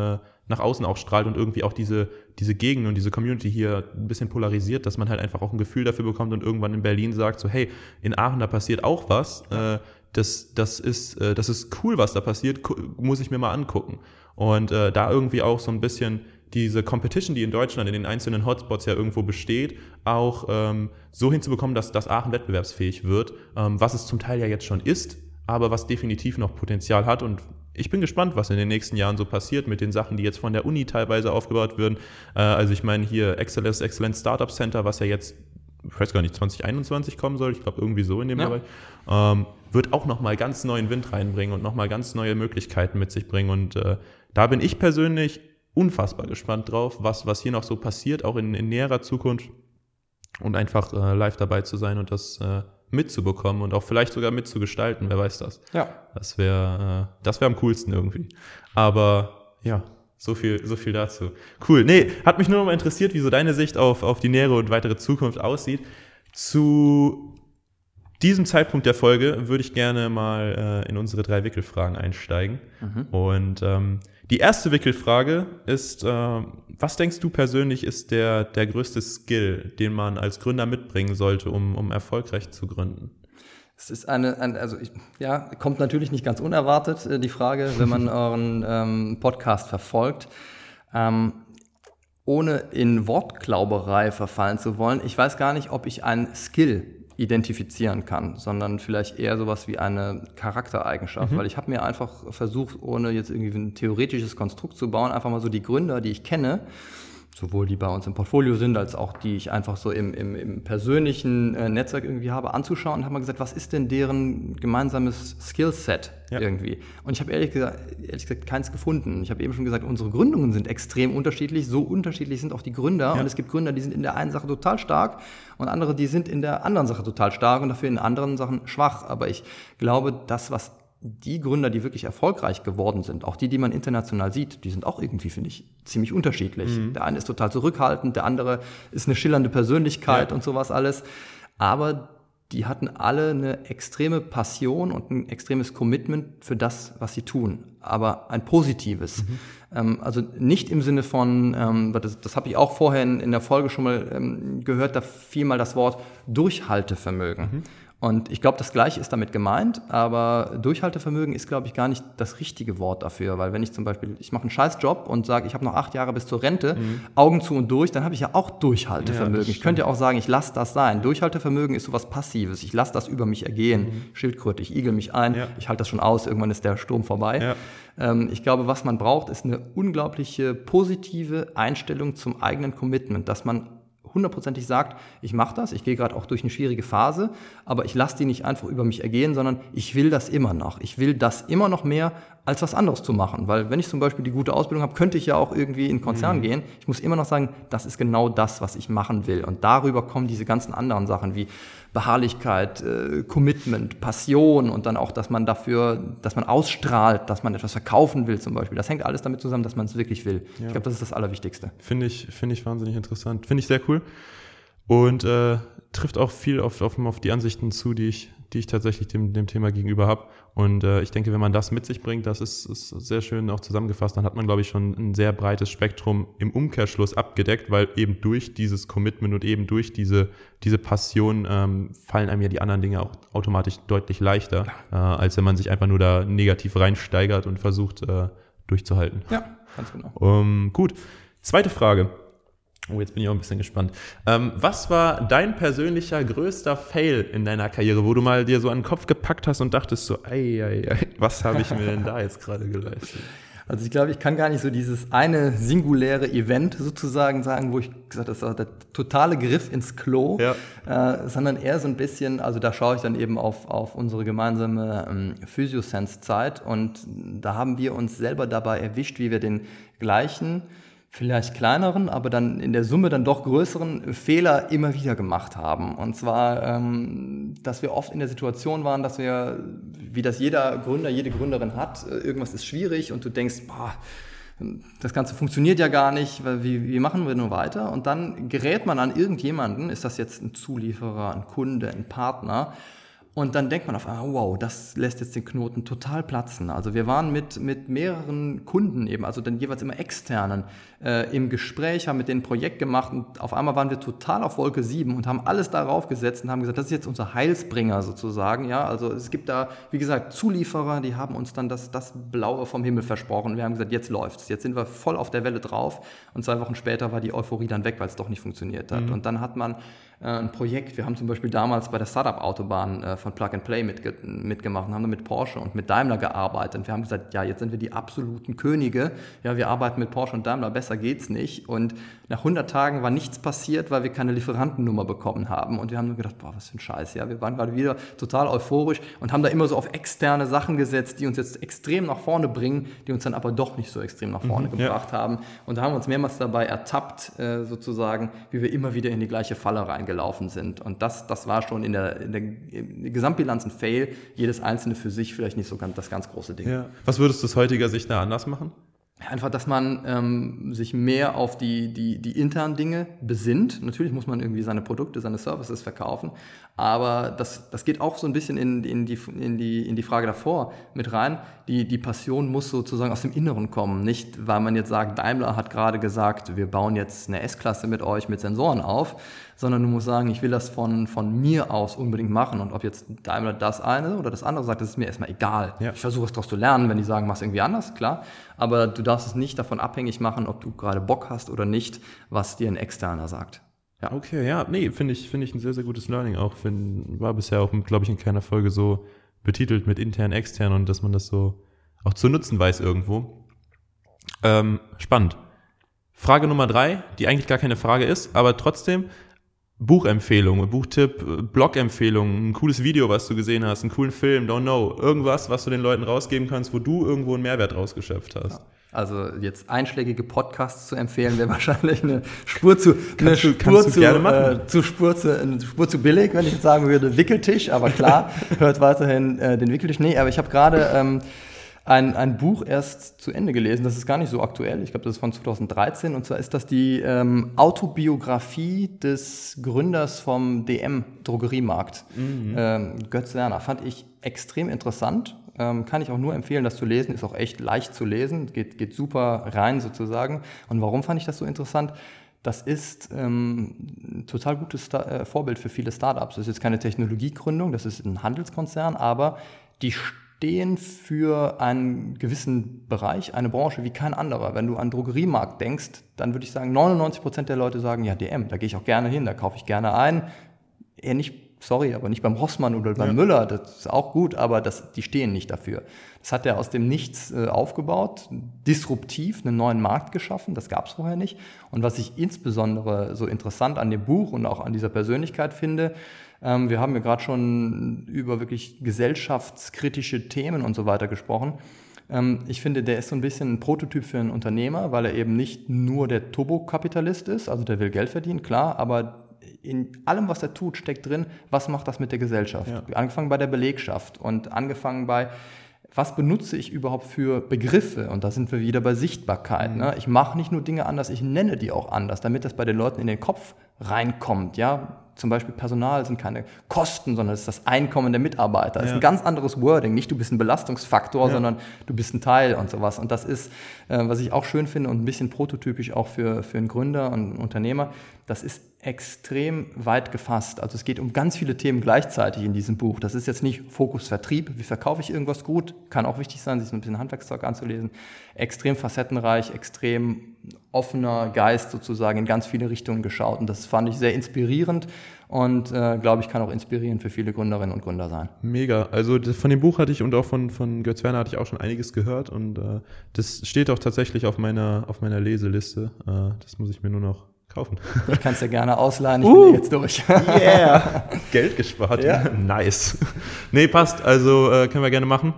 nach außen auch strahlt und irgendwie auch diese, diese Gegend und diese Community hier ein bisschen polarisiert, dass man halt einfach auch ein Gefühl dafür bekommt und irgendwann in Berlin sagt, so hey, in Aachen, da passiert auch was, äh, das, das, ist, äh, das ist cool, was da passiert, muss ich mir mal angucken. Und äh, da irgendwie auch so ein bisschen diese Competition, die in Deutschland in den einzelnen Hotspots ja irgendwo besteht, auch ähm, so hinzubekommen, dass, dass Aachen wettbewerbsfähig wird, ähm, was es zum Teil ja jetzt schon ist, aber was definitiv noch Potenzial hat. Und ich bin gespannt, was in den nächsten Jahren so passiert mit den Sachen, die jetzt von der Uni teilweise aufgebaut werden. Äh, also ich meine hier Excellence, Excellence Startup Center, was ja jetzt, ich weiß gar nicht, zwanzig einundzwanzig kommen soll, ich glaube irgendwie so in dem ja. Bereich, ähm, wird auch nochmal ganz neuen Wind reinbringen und nochmal ganz neue Möglichkeiten mit sich bringen. Und äh, da bin ich persönlich unfassbar gespannt drauf, was, was hier noch so passiert, auch in, in näherer Zukunft, und einfach äh, live dabei zu sein und das äh, mitzubekommen und auch vielleicht sogar mitzugestalten, wer weiß das. Ja. Das wäre äh, das wäre am coolsten irgendwie. Aber ja, so viel, so viel dazu. Cool. Nee, hat mich nur noch mal interessiert, wie so deine Sicht auf, auf die nähere und weitere Zukunft aussieht. Zu diesem Zeitpunkt der Folge würde ich gerne mal äh, in unsere drei Wickelfragen einsteigen. Mhm. Und ähm, die erste Wickelfrage ist, äh, was denkst du persönlich ist der, der größte Skill, den man als Gründer mitbringen sollte, um, um erfolgreich zu gründen? Es ist eine, ein, also ich, ja, kommt natürlich nicht ganz unerwartet, äh, die Frage, wenn man euren ähm, Podcast verfolgt. Ähm, ohne in Wortklauberei verfallen zu wollen, ich weiß gar nicht, ob ich einen Skill identifizieren kann, sondern vielleicht eher sowas wie eine Charaktereigenschaft, mhm. weil ich habe mir einfach versucht, ohne jetzt irgendwie ein theoretisches Konstrukt zu bauen, einfach mal so die Gründer, die ich kenne, sowohl die bei uns im Portfolio sind, als auch die ich einfach so im, im, im persönlichen äh, Netzwerk irgendwie habe, anzuschauen und habe mal gesagt, was ist denn deren gemeinsames Skillset ja. irgendwie? Und ich habe ehrlich gesagt, ehrlich gesagt keins gefunden. Ich habe eben schon gesagt, unsere Gründungen sind extrem unterschiedlich, so unterschiedlich sind auch die Gründer ja. und es gibt Gründer, die sind in der einen Sache total stark und andere, die sind in der anderen Sache total stark und dafür in anderen Sachen schwach. Aber ich glaube, das, was die Gründer, die wirklich erfolgreich geworden sind, auch die, die man international sieht, die sind auch irgendwie, finde ich, ziemlich unterschiedlich. Mhm. Der eine ist total zurückhaltend, der andere ist eine schillernde Persönlichkeit ja. und sowas alles. Aber die hatten alle eine extreme Passion und ein extremes Commitment für das, was sie tun. Aber ein positives. Mhm. Ähm, also nicht im Sinne von, ähm, das, das habe ich auch vorher in, in der Folge schon mal ähm, gehört, da fiel mal das Wort Durchhaltevermögen. Mhm. Und ich glaube, das Gleiche ist damit gemeint, aber Durchhaltevermögen ist, glaube ich, gar nicht das richtige Wort dafür, weil wenn ich zum Beispiel, ich mache einen Scheißjob und sage, ich habe noch acht Jahre bis zur Rente, mhm. Augen zu und durch, dann habe ich ja auch Durchhaltevermögen. Ja, ich könnte ja auch sagen, ich lasse das sein. Durchhaltevermögen ist sowas Passives, ich lasse das über mich ergehen, mhm. Schildkröte, ich igel mich ein, ja. ich halte das schon aus, irgendwann ist der Sturm vorbei. Ja. Ähm, ich glaube, was man braucht, ist eine unglaubliche positive Einstellung zum eigenen Commitment, dass man hundertprozentig sagt, ich mache das, ich gehe gerade auch durch eine schwierige Phase, aber ich lasse die nicht einfach über mich ergehen, sondern ich will das immer noch. Ich will das immer noch mehr, als was anderes zu machen. Weil wenn ich zum Beispiel die gute Ausbildung habe, könnte ich ja auch irgendwie in einen Konzern mhm. gehen. Ich muss immer noch sagen, das ist genau das, was ich machen will. Und darüber kommen diese ganzen anderen Sachen wie Beharrlichkeit, äh, Commitment, Passion und dann auch, dass man dafür, dass man ausstrahlt, dass man etwas verkaufen will zum Beispiel. Das hängt alles damit zusammen, dass man es wirklich will. Ja. Ich glaube, das ist das Allerwichtigste. Finde ich, finde ich wahnsinnig interessant. Finde ich sehr cool. Und äh, trifft auch viel auf, auf, auf die Ansichten zu, die ich, die ich tatsächlich dem, dem Thema gegenüber habe. Und äh, ich denke, wenn man das mit sich bringt, das ist, ist sehr schön auch zusammengefasst, dann hat man, glaube ich, schon ein sehr breites Spektrum im Umkehrschluss abgedeckt, weil eben durch dieses Commitment und eben durch diese, diese Passion ähm, fallen einem ja die anderen Dinge auch automatisch deutlich leichter, ja. äh, als wenn man sich einfach nur da negativ reinsteigert und versucht äh, durchzuhalten. Ja, ganz genau. Um, gut, zweite Frage. Oh, jetzt bin ich auch ein bisschen gespannt. Ähm, was war dein persönlicher größter Fail in deiner Karriere, wo du mal dir so an den Kopf gepackt hast und dachtest so, ei, ei, ei, was habe ich mir denn da jetzt gerade geleistet? Also ich glaube, ich kann gar nicht so dieses eine singuläre Event sozusagen sagen, wo ich gesagt habe, das war der totale Griff ins Klo, ja. äh, sondern eher so ein bisschen, also da schaue ich dann eben auf, auf unsere gemeinsame ähm, Physiosense-Zeit und da haben wir uns selber dabei erwischt, wie wir den gleichen, vielleicht kleineren, aber dann in der Summe dann doch größeren Fehler immer wieder gemacht haben. Und zwar, ähm, dass wir oft in der Situation waren, dass wir, wie das jeder Gründer, jede Gründerin hat, irgendwas ist schwierig und du denkst, boah, das Ganze funktioniert ja gar nicht, wie, wie machen wir nur weiter? Und dann gerät man an irgendjemanden, ist das jetzt ein Zulieferer, ein Kunde, ein Partner, Und dann denkt man auf einmal, wow, das lässt jetzt den Knoten total platzen. Also wir waren mit, mit mehreren Kunden eben, also dann jeweils immer externen, äh, im Gespräch, haben mit denen ein Projekt gemacht und auf einmal waren wir total auf Wolke sieben und haben alles darauf gesetzt und haben gesagt, das ist jetzt unser Heilsbringer sozusagen. Ja, also es gibt da, wie gesagt, Zulieferer, die haben uns dann das, das Blaue vom Himmel versprochen. Wir haben gesagt, jetzt läuft's, jetzt sind wir voll auf der Welle drauf und zwei Wochen später war die Euphorie dann weg, weil es doch nicht funktioniert hat. Mhm. Und dann hat man äh, ein Projekt, wir haben zum Beispiel damals bei der Startup-Autobahn äh, von Plug and Play mitge- mitgemacht und haben dann mit Porsche und mit Daimler gearbeitet. Und wir haben gesagt, ja, jetzt sind wir die absoluten Könige. Ja, wir arbeiten mit Porsche und Daimler, besser geht's nicht. Und nach hundert Tagen war nichts passiert, weil wir keine Lieferantennummer bekommen haben. Und wir haben nur gedacht, boah, was für ein Scheiß. Ja, wir waren gerade wieder total euphorisch und haben da immer so auf externe Sachen gesetzt, die uns jetzt extrem nach vorne bringen, die uns dann aber doch nicht so extrem nach vorne mhm, gebracht ja. haben. Und da haben wir uns mehrmals dabei ertappt, äh, sozusagen, wie wir immer wieder in die gleiche Falle reingelaufen sind. Und das, das war schon in der, in der, in der Gesamtbilanz ein Fail, jedes einzelne für sich vielleicht nicht so ganz, das ganz große Ding. Ja. Was würdest du aus heutiger Sicht da anders machen? Einfach, dass man ähm, sich mehr auf die, die, die internen Dinge besinnt. Natürlich muss man irgendwie seine Produkte, seine Services verkaufen, aber das, das geht auch so ein bisschen in, in, die, in, die, in die Frage davor mit rein. Die, die Passion muss sozusagen aus dem Inneren kommen, nicht weil man jetzt sagt, Daimler hat gerade gesagt, wir bauen jetzt eine S-Klasse mit euch mit Sensoren auf, sondern du musst sagen, ich will das von, von mir aus unbedingt machen und ob jetzt Daimler das eine oder das andere sagt, das ist mir erstmal egal. Ja. Ich versuche es doch zu lernen, wenn die sagen, mach's irgendwie anders, klar, aber du darfst es nicht davon abhängig machen, ob du gerade Bock hast oder nicht, was dir ein Externer sagt. Ja. Okay, ja, nee, finde ich, finde ich ein sehr, sehr gutes Learning auch. Find, war bisher auch, glaube ich, in keiner Folge so betitelt mit intern, extern und dass man das so auch zu nutzen weiß irgendwo. Ähm, spannend. Frage Nummer drei, die eigentlich gar keine Frage ist, aber trotzdem Buchempfehlung, Buchtipp, Blogempfehlung, ein cooles Video, was du gesehen hast, einen coolen Film, don't know, irgendwas, was du den Leuten rausgeben kannst, wo du irgendwo einen Mehrwert rausgeschöpft hast. Ja. Also jetzt einschlägige Podcasts zu empfehlen, wäre wahrscheinlich eine Spur zu eine du, Spur zu, äh, zu Spur zu eine Spur zu billig, wenn ich jetzt sagen würde Wickeltisch, aber klar, hört weiterhin äh, den Wickeltisch. Nee, aber ich habe gerade ähm, ein, ein Buch erst zu Ende gelesen, das ist gar nicht so aktuell, ich glaube, das ist von zwanzig dreizehn und zwar ist das die ähm, Autobiografie des Gründers vom D M-Drogeriemarkt, mhm. ähm, Götz Werner. Fand ich extrem interessant. Ähm, kann ich auch nur empfehlen, das zu lesen. Ist auch echt leicht zu lesen, geht, geht super rein sozusagen. Und warum fand ich das so interessant? Das ist ähm, ein total gutes Star- äh, Vorbild für viele Startups. Das ist jetzt keine Technologiegründung, das ist ein Handelskonzern, aber die stehen für einen gewissen Bereich, eine Branche wie kein anderer. Wenn du an Drogeriemarkt denkst, dann würde ich sagen, neunundneunzig Prozent der Leute sagen, ja, D M, da gehe ich auch gerne hin, da kaufe ich gerne ein. Eher nicht Sorry, aber nicht beim Rossmann oder beim ja. Müller, das ist auch gut, aber das, die stehen nicht dafür. Das hat er aus dem Nichts äh, aufgebaut, disruptiv einen neuen Markt geschaffen, das gab es vorher nicht. Und was ich insbesondere so interessant an dem Buch und auch an dieser Persönlichkeit finde, ähm, wir haben ja gerade schon über wirklich gesellschaftskritische Themen und so weiter gesprochen. Ähm, ich finde, der ist so ein bisschen ein Prototyp für einen Unternehmer, weil er eben nicht nur der Turbokapitalist ist, also der will Geld verdienen, klar, aber in allem, was er tut, steckt drin, was macht das mit der Gesellschaft? Ja. Angefangen bei der Belegschaft und angefangen bei, was benutze ich überhaupt für Begriffe? Und da sind wir wieder bei Sichtbarkeit. Mhm. Ne? Ich mache nicht nur Dinge anders, ich nenne die auch anders, damit das bei den Leuten in den Kopf reinkommt. Ja? Zum Beispiel Personal sind keine Kosten, sondern es ist das Einkommen der Mitarbeiter. Das ja. ist ein ganz anderes Wording. Nicht du bist ein Belastungsfaktor, ja. sondern du bist ein Teil und sowas. Und das ist, äh, was ich auch schön finde und ein bisschen prototypisch auch für, für einen Gründer und einen Unternehmer, das ist extrem weit gefasst. Also es geht um ganz viele Themen gleichzeitig in diesem Buch. Das ist jetzt nicht Fokus Vertrieb, wie verkaufe ich irgendwas gut, kann auch wichtig sein, sich so ein bisschen Handwerkszeug anzulesen. Extrem facettenreich, extrem offener Geist sozusagen in ganz viele Richtungen geschaut. Und das fand ich sehr inspirierend und äh, glaube ich, kann auch inspirierend für viele Gründerinnen und Gründer sein. Mega. Also das, von dem Buch hatte ich und auch von, von Götz Werner hatte ich auch schon einiges gehört und äh, das steht auch tatsächlich auf meiner, auf meiner Leseliste. Äh, das muss ich mir nur noch kaufen. Ich kann es dir gerne ausleihen, ich uh, bin jetzt durch. Yeah! Geld gespart. Ja. Nice. Nee, passt. Also äh, können wir gerne machen.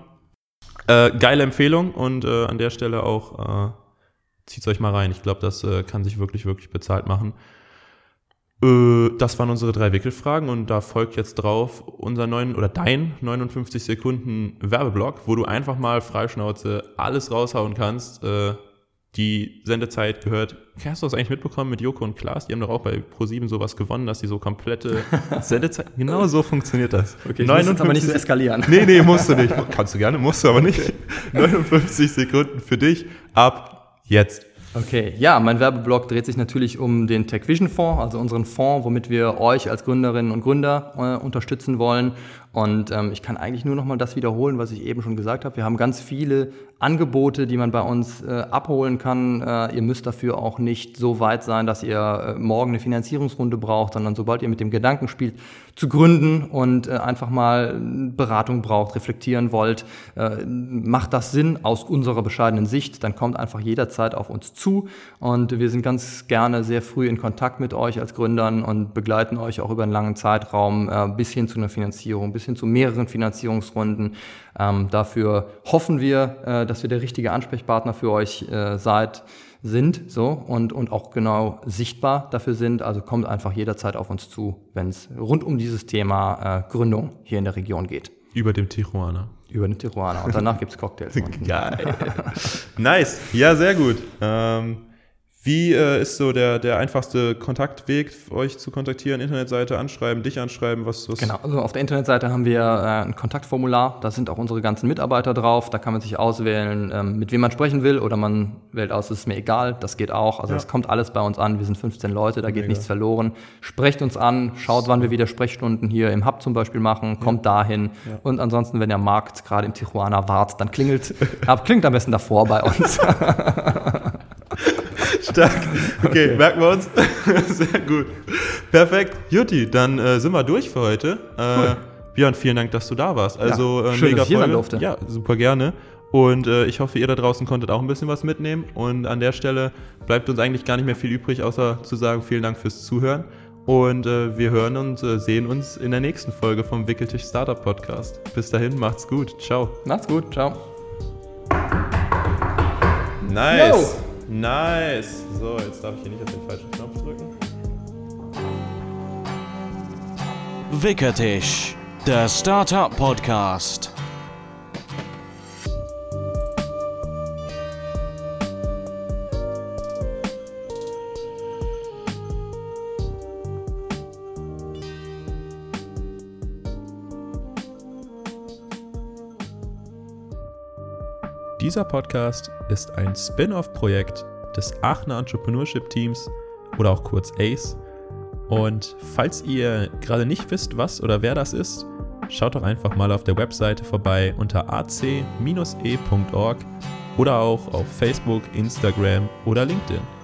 Äh, geile Empfehlung und äh, an der Stelle auch äh, zieht's euch mal rein. Ich glaube, das äh, kann sich wirklich, wirklich bezahlt machen. Äh, das waren unsere drei Wickelfragen und da folgt jetzt drauf unser neun oder dein neunundfünfzig Sekunden Werbeblock, wo du einfach mal freischnauze alles raushauen kannst, äh, die Sendezeit gehört. Hast du das eigentlich mitbekommen mit Joko und Klaas? Die haben doch auch bei ProSieben sowas gewonnen, dass die so komplette Sendezeit. Genau so funktioniert das. Okay, ich muss jetzt aber nicht so eskalieren. Nee, nee, musst du nicht. Kannst du gerne, musst du aber nicht. neunundfünfzig Sekunden für dich ab jetzt. Okay, ja, mein Werbeblock dreht sich natürlich um den TechVision Fonds, also unseren Fonds, womit wir euch als Gründerinnen und Gründer äh, unterstützen wollen. Und ähm, ich kann eigentlich nur noch mal das wiederholen, was ich eben schon gesagt habe. Wir haben ganz viele Angebote, die man bei uns äh, abholen kann. Äh, ihr müsst dafür auch nicht so weit sein, dass ihr äh, morgen eine Finanzierungsrunde braucht, sondern sobald ihr mit dem Gedanken spielt, zu gründen und äh, einfach mal Beratung braucht, reflektieren wollt, äh, macht das Sinn aus unserer bescheidenen Sicht, dann kommt einfach jederzeit auf uns zu. Und wir sind ganz gerne sehr früh in Kontakt mit euch als Gründern und begleiten euch auch über einen langen Zeitraum äh, bis hin zu einer Finanzierung, bis hin zu mehreren Finanzierungsrunden. Ähm, dafür hoffen wir, äh, dass wir der richtige Ansprechpartner für euch äh, seid, sind so und, und auch genau sichtbar dafür sind. Also kommt einfach jederzeit auf uns zu, wenn es rund um dieses Thema äh, Gründung hier in der Region geht. Über dem Tijuana. Über den Tijuana. Und danach gibt es Cocktails. Geil. Nice. Ja, sehr gut. Ähm, wie äh, ist so der, der einfachste Kontaktweg, euch zu kontaktieren? Internetseite anschreiben, dich anschreiben? Was, was? Genau, also auf der Internetseite haben wir äh, ein Kontaktformular, da sind auch unsere ganzen Mitarbeiter drauf, da kann man sich auswählen, ähm, mit wem man sprechen will oder man wählt aus, es ist mir egal, das geht auch, also es ja. kommt alles bei uns an, wir sind fünfzehn Leute, da geht Mega. nichts verloren. Sprecht uns an, schaut, wann wir wieder Sprechstunden hier im Hub zum Beispiel machen, kommt ja. dahin ja. und ansonsten, wenn der Markt gerade in Tijuana wart, dann klingelt, ab, klingt am besten davor bei uns. Stark. Okay, okay, merken wir uns. Sehr gut. Perfekt. Jutti, dann äh, sind wir durch für heute. Äh, cool. Björn, vielen Dank, dass du da warst. Also ja, schön, äh, mega dass ich hier sein Folge. durfte. Ja, super gerne. Und äh, ich hoffe, ihr da draußen konntet auch ein bisschen was mitnehmen. Und an der Stelle bleibt uns eigentlich gar nicht mehr viel übrig, außer zu sagen, vielen Dank fürs Zuhören. Und äh, wir hören und äh, sehen uns in der nächsten Folge vom Wickeltisch Startup Podcast. Bis dahin, macht's gut. Ciao. Macht's gut. Ciao. Nice. Yo. Nice. So, jetzt darf ich hier nicht auf den falschen Knopf drücken. Wickertisch, der Startup Podcast. Dieser Podcast ist ein Spin-off-Projekt des Aachener Entrepreneurship Teams oder auch kurz A C E. Und falls ihr gerade nicht wisst, was oder wer das ist, schaut doch einfach mal auf der Webseite vorbei unter a c dash e punkt org oder auch auf Facebook, Instagram oder LinkedIn.